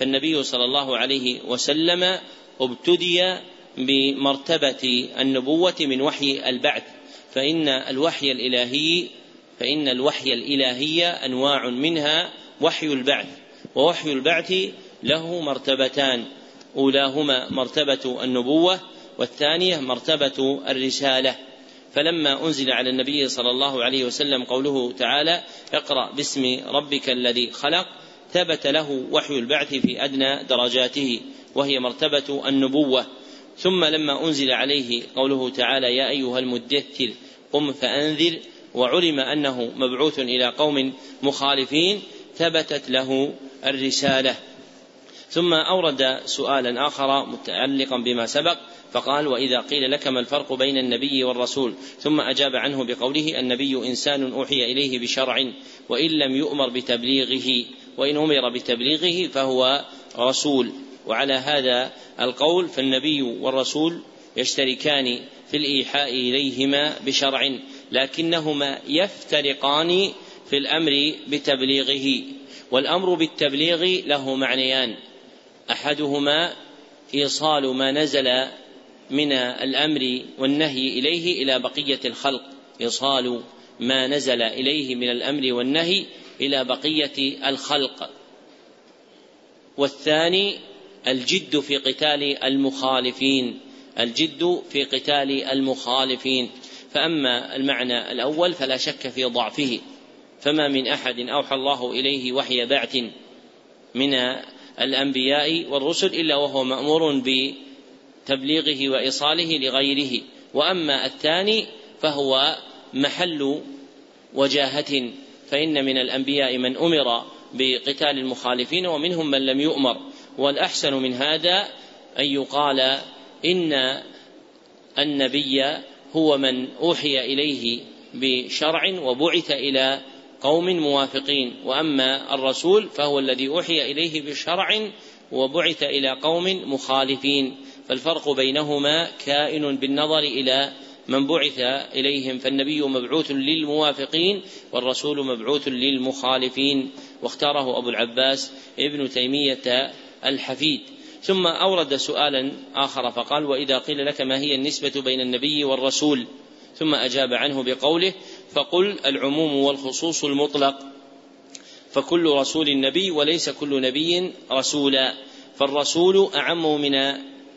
فالنبي صلى الله عليه وسلم ابتدي بمرتبة النبوة من وحي البعث، فإن الوحي الإلهي فإن الوحي الإلهي أنواع، منها وحي البعث، ووحي البعث له مرتبتان، أولاهما مرتبة النبوة والثانية مرتبة الرسالة. فلما أنزل على النبي صلى الله عليه وسلم قوله تعالى اقرأ باسم ربك الذي خلق، ثبت له وحي البعث في أدنى درجاته وهي مرتبة النبوة. ثم لما أنزل عليه قوله تعالى يا أيها المدثر قم فأنذر، وعلم أنه مبعوث إلى قوم مخالفين، ثبتت له الرسالة. ثم أورد سؤالا آخر متعلقا بما سبق فقال وإذا قيل لك ما الفرق بين النبي والرسول، ثم أجاب عنه بقوله النبي إنسان أوحي إليه بشرع وإن لم يؤمر بتبليغه، وإن أمر بتبليغه فهو رسول. وعلى هذا القول فالنبي والرسول يشتركان في الإيحاء إليهما بشرع، لكنهما يفترقان في الأمر بتبليغه. والأمر بالتبليغ له معنيان، أحدهما إيصال ما نزل من الأمر والنهي إليه إلى بقية الخلق، إيصال ما نزل إليه من الأمر والنهي إلى بقية الخلق. والثاني الجد في قتال المخالفين، الجد في قتال المخالفين. فأما المعنى الأول فلا شك في ضعفه، فما من أحد أوحى الله إليه وحي بعث من الأنبياء والرسل إلا وهو مأمور بتبليغه وإيصاله لغيره. وأما الثاني فهو محل وجاهة، فإن من الأنبياء من أمر بقتال المخالفين ومنهم من لم يؤمر. والأحسن من هذا أن يقال إن النبي هو من أوحي إليه بشرع وبعث إلى قوم موافقين، وأما الرسول فهو الذي أوحي إليه بشرع وبعث إلى قوم مخالفين. فالفرق بينهما كائن بالنظر إلى من بعث إليهم، فالنبي مبعوث للموافقين والرسول مبعوث للمخالفين، واختاره أبو العباس ابن تيمية الحفيد. ثم أورد سؤالا آخر فقال وإذا قيل لك ما هي النسبة بين النبي والرسول، ثم أجاب عنه بقوله فقل العموم والخصوص المطلق، فكل رسول نبي وليس كل نبي رسولا، فالرسول أعم من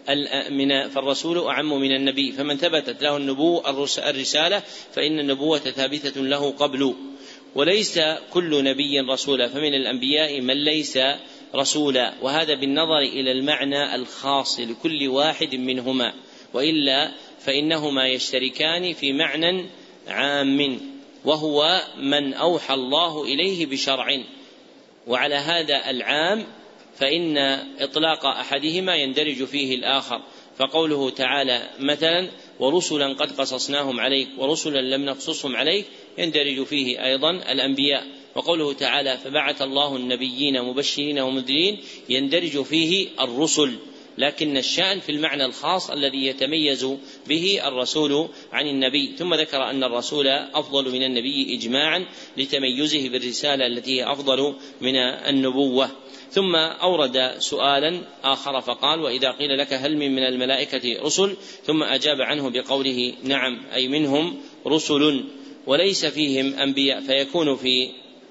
من فالرسول أعم من النبي، فمن ثبتت له النبوة الرسالة فإن النبوة ثابتة له قبل، وليس كل نبي رسولا، فمن الأنبياء من ليس رسولا، وهذا بالنظر إلى المعنى الخاص لكل واحد منهما، وإلا فإنهما يشتركان في معنى عام وهو من أوحى الله إليه بشرع. وعلى هذا العام فإن إطلاق أحدهما يندرج فيه الآخر، فقوله تعالى مثلا ورسلا قد قصصناهم عليك ورسلا لم نقصصهم عليك يندرج فيه أيضا الأنبياء، وقوله تعالى فبعث الله النبيين مبشرين ومنذرين يندرج فيه الرسل، لكن الشأن في المعنى الخاص الذي يتميز به الرسول عن النبي. ثم ذكر أن الرسول أفضل من النبي إجماعا لتميزه بالرسالة التي هي أفضل من النبوة. ثم أورد سؤالا آخر فقال وإذا قيل لك هل من من الملائكة رسل، ثم أجاب عنه بقوله نعم أي منهم رسل وليس فيهم أنبياء، فيكون في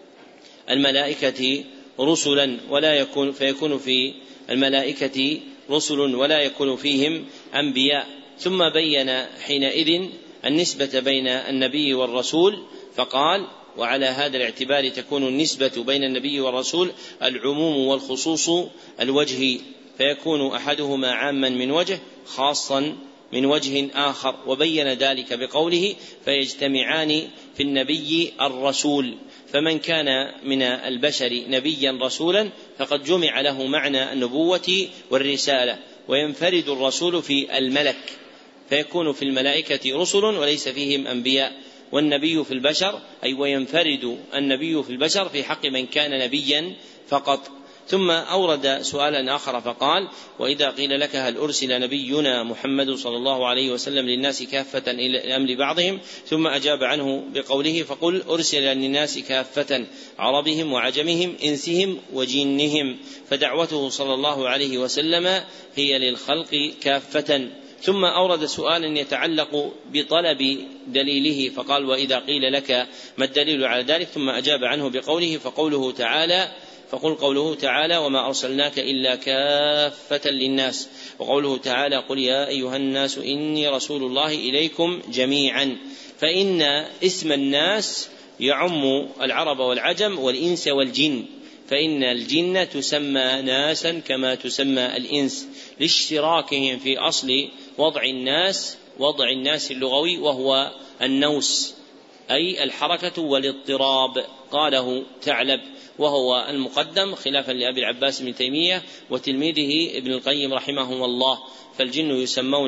الملائكة رسلا ولا يكون فيكون في الملائكة رسل ولا يكون فيهم أنبياء. ثم بين حينئذ النسبة بين النبي والرسول فقال وعلى هذا الاعتبار تكون النسبة بين النبي والرسول العموم والخصوص الوجهي، فيكون أحدهما عاما من وجه خاصا من وجه آخر، وبين ذلك بقوله فيجتمعان في النبي الرسول، فمن كان من البشر نبيا رسولا فقد جمع له معنى النبوة والرسالة، وينفرد الرسول في الملك فيكون في الملائكة رسل وليس فيهم أنبياء، والنبي في البشر أي وينفرد النبي في البشر في حق من كان نبيا فقط. ثم أورد سؤالا آخر فقال: وإذا قيل لك هل أرسل نبينا محمد صلى الله عليه وسلم للناس كافة أم لبعضهم؟ ثم أجاب عنه بقوله: فقل أرسل للناس كافة عربهم وعجمهم إنسهم وجنهم، فدعوته صلى الله عليه وسلم هي للخلق كافة. ثم أورد سؤالا يتعلق بطلب دليله فقال: وإذا قيل لك ما الدليل على ذلك؟ ثم أجاب عنه بقوله: فقوله تعالى فقل قوله تعالى: وما أرسلناك إلا كافة للناس، وقوله تعالى: قل يا أيها الناس إني رسول الله إليكم جميعا. فإن اسم الناس يعم العرب والعجم والإنس والجن، فإن الجن تسمى ناسا كما تسمى الإنس لاشتراكهم في أصل وضع الناس وضع الناس اللغوي، وهو النوس أي الحركة والاضطراب. قاله ثعلب وهو المقدم خلافا لأبي العباس بن تيمية وتلميذه ابن القيم رحمه الله. فالجن يسمون,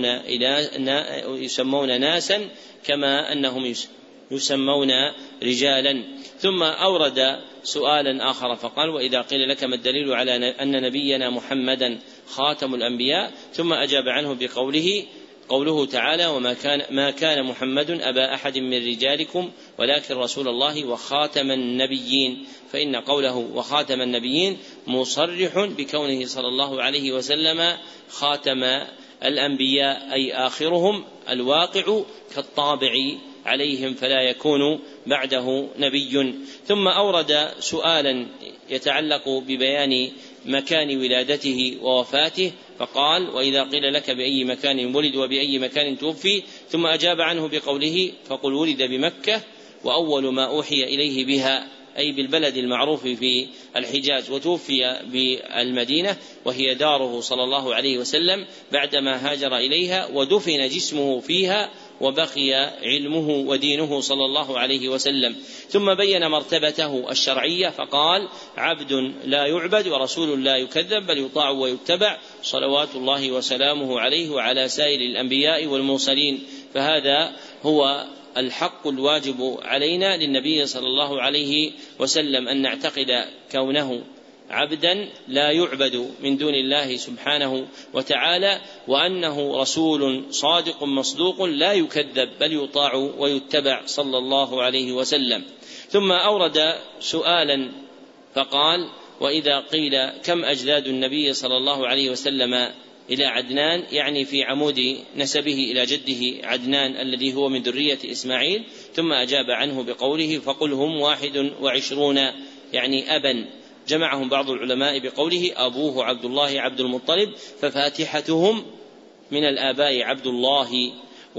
يسمون ناسا كما أنهم يسمون رجالا. ثم أورد سؤالا آخر فقال: وإذا قيل لك ما الدليل على أن نبينا محمدا خاتم الأنبياء؟ ثم أجاب عنه بقوله قوله تعالى: وما كان, ما كان محمد أبا أحد من رجالكم ولكن رسول الله وخاتم النبيين. فإن قوله وخاتم النبيين مصرح بكونه صلى الله عليه وسلم خاتم الأنبياء، أي آخرهم الواقع كالطابع عليهم فلا يكون بعده نبي. ثم أورد سؤالا يتعلق ببيان مكان ولادته ووفاته فقال: وإذا قيل لك بأي مكان ولد وبأي مكان توفي؟ ثم أجاب عنه بقوله: فقل ولد بمكة وأول ما أوحي إليه بها، أي بالبلد المعروف في الحجاز، وتوفي بالمدينة وهي داره صلى الله عليه وسلم بعدما هاجر إليها، ودفن جسمه فيها وبقي علمه ودينه صلى الله عليه وسلم. ثم بين مرتبته الشرعية فقال: عبد لا يعبد ورسول لا يكذب بل يطاع ويتبع، صلوات الله وسلامه عليه وعلى سائر الأنبياء والمرسلين. فهذا هو الحق الواجب علينا للنبي صلى الله عليه وسلم، أن نعتقد كونه عبدا لا يعبد من دون الله سبحانه وتعالى، وأنه رسول صادق مصدوق لا يكذب بل يطاع ويتبع صلى الله عليه وسلم. ثم أورد سؤالا فقال: وإذا قيل كم أجداد النبي صلى الله عليه وسلم إلى عدنان، يعني في عمود نسبه إلى جده عدنان الذي هو من ذرية إسماعيل. ثم أجاب عنه بقوله: فقل هم واحد وعشرون، يعني أبا. جمعهم بعض العلماء بقوله: أبوه عبد الله عبد المطلب، ففاتحتهم من الآباء عبد الله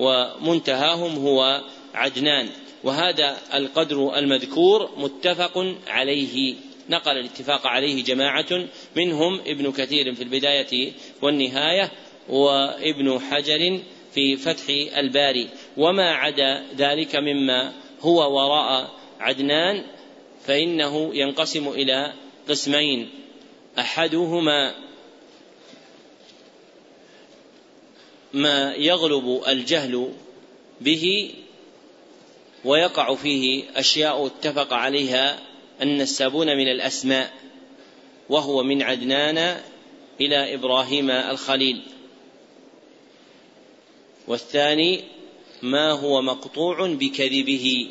ومنتهاهم هو عدنان. وهذا القدر المذكور متفق عليه، نقل الاتفاق عليه جماعة منهم ابن كثير في البداية والنهاية وابن حجر في فتح الباري. وما عدا ذلك مما هو وراء عدنان فإنه ينقسم إلى قسمين: أحدهما ما يغلب الجهل به ويقع فيه أشياء اتفق عليها النسابون من الأسماء، وهو من عدنان إلى إبراهيم الخليل. والثاني ما هو مقطوع بكذبه،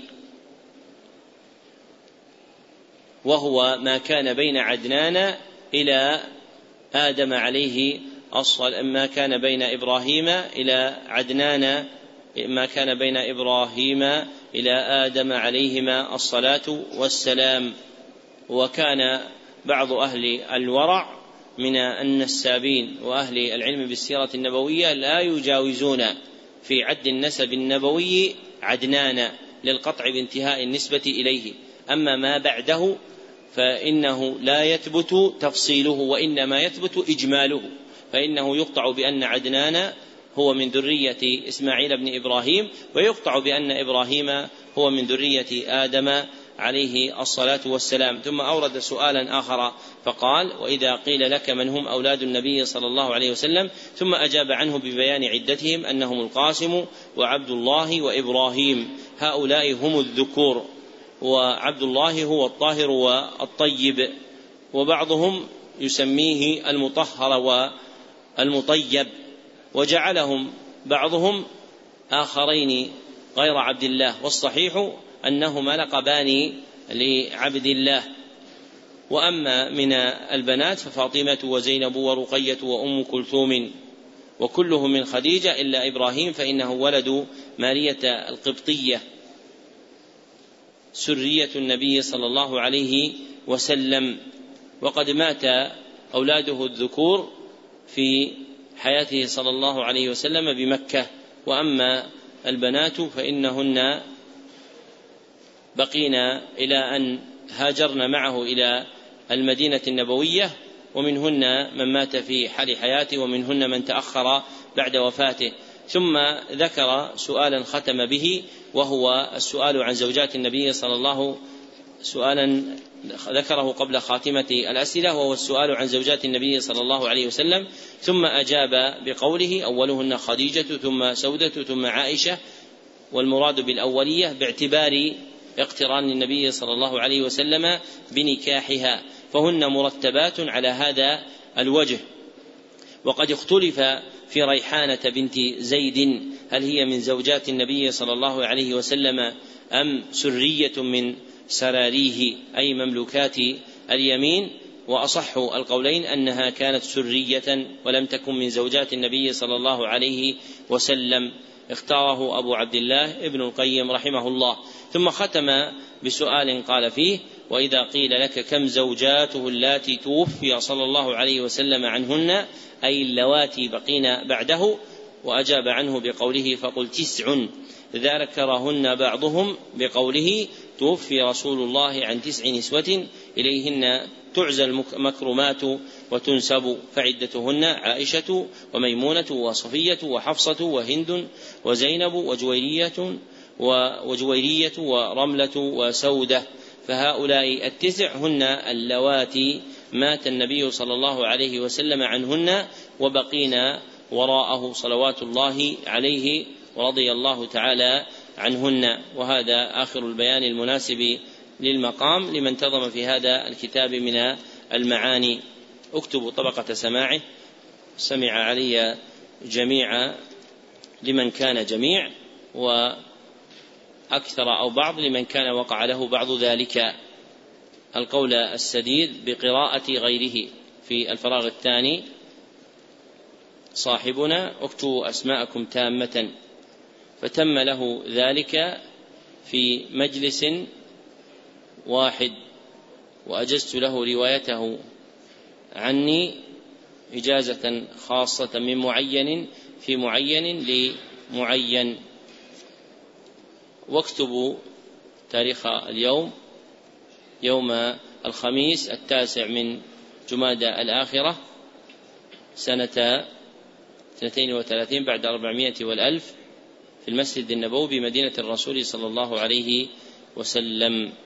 وهو ما كان بين عدنان إلى آدم عليه الصلاة ما كان بين إبراهيم إلى عدنان ما كان بين إبراهيم إلى آدم عليهما الصلاة والسلام. وكان بعض أهل الورع من النسابين وأهل العلم بالسيرة النبوية لا يجاوزون في عد النسب النبوي عدنان للقطع بانتهاء النسبة إليه، أما ما بعده فإنه لا يثبت تفصيله وإنما يثبت إجماله، فإنه يقطع بأن عدنان هو من ذرية إسماعيل بن إبراهيم، ويقطع بأن إبراهيم هو من ذرية آدم عليه الصلاة والسلام. ثم أورد سؤالا آخر فقال: وإذا قيل لك من هم أولاد النبي صلى الله عليه وسلم؟ ثم أجاب عنه ببيان عدتهم أنهم القاسم وعبد الله وإبراهيم، هؤلاء هم الذكور، وعبد الله هو الطاهر والطيب. وبعضهم يسميه المطهر والمطيب، وجعلهم بعضهم آخرين غير عبد الله، والصحيح أنهما لقبان لعبد الله. وأما من البنات ففاطمة وزينب ورقية وأم كلثوم وكلهم من خديجة إلا إبراهيم فإنه ولد مارية القبطية سرية النبي صلى الله عليه وسلم، وقد مات أولاده الذكور في حياته صلى الله عليه وسلم بمكة. وأما البنات فإنهن بقينا إلى أن هاجرن معه إلى المدينة النبوية، ومنهن من مات في حال حياته ومنهن من تأخر بعد وفاته. ثم ذكر سؤالا ختم به، وهو السؤال عن زوجات النبي صلى الله عليه وسلم، سؤالا ذكره قبل خاتمة الأسئلة، وهو السؤال عن زوجات النبي صلى الله عليه وسلم، ثم أجاب بقوله أولهن خديجة ثم سودة ثم عائشة، والمراد بالأولية باعتبار اقتران النبي صلى الله عليه وسلم بنكاحها، فهن مرتبات على هذا الوجه. وقد اختلف في ريحانة بنت زيد هل هي من زوجات النبي صلى الله عليه وسلم أم سرية من سراريه أي مملوكات اليمين، وأصح القولين أنها كانت سرية ولم تكن من زوجات النبي صلى الله عليه وسلم، اختاره أبو عبد الله ابن القيم رحمه الله. ثم ختم بسؤال قال فيه وإذا قيل لك كم زوجاته اللاتي توفي صلى الله عليه وسلم عنهن أي اللواتي بقين بعده، وأجاب عنه بقوله فقل تسع، ذكرهن بعضهم بقوله توفي رسول الله عن تسع نسوة إليهن تعزى المكرمات وتنسب، فعدتهن عائشة وميمونة وصفية وحفصة وهند وزينب وجويرية وجويرية ورملة وسودة، فهؤلاء التسع هن اللواتي مات النبي صلى الله عليه وسلم عنهن وبقينا وراءه صلوات الله عليه ورضي الله تعالى عنهن. وهذا آخر البيان المناسب للمقام لمن انتظم في هذا الكتاب من المعاني. اكتبوا طبقة سماعه، سمع علي جميع لمن كان جميع، وأكثر أو بعض لمن كان وقع له بعض ذلك. القول السديد بقراءة غيره في الفراغ الثاني صاحبنا اكتبوا أسماءكم تامة، فتم له ذلك في مجلس واحد، وأجزت له روايته عني إجازة خاصة من معين في معين لمعين. واكتبوا تاريخ اليوم يوم الخميس التاسع من جمادى الآخرة سنة اثنتين وثلاثين بعد أربعمائة والألف في المسجد النبوي بمدينة الرسول صلى الله عليه وسلم.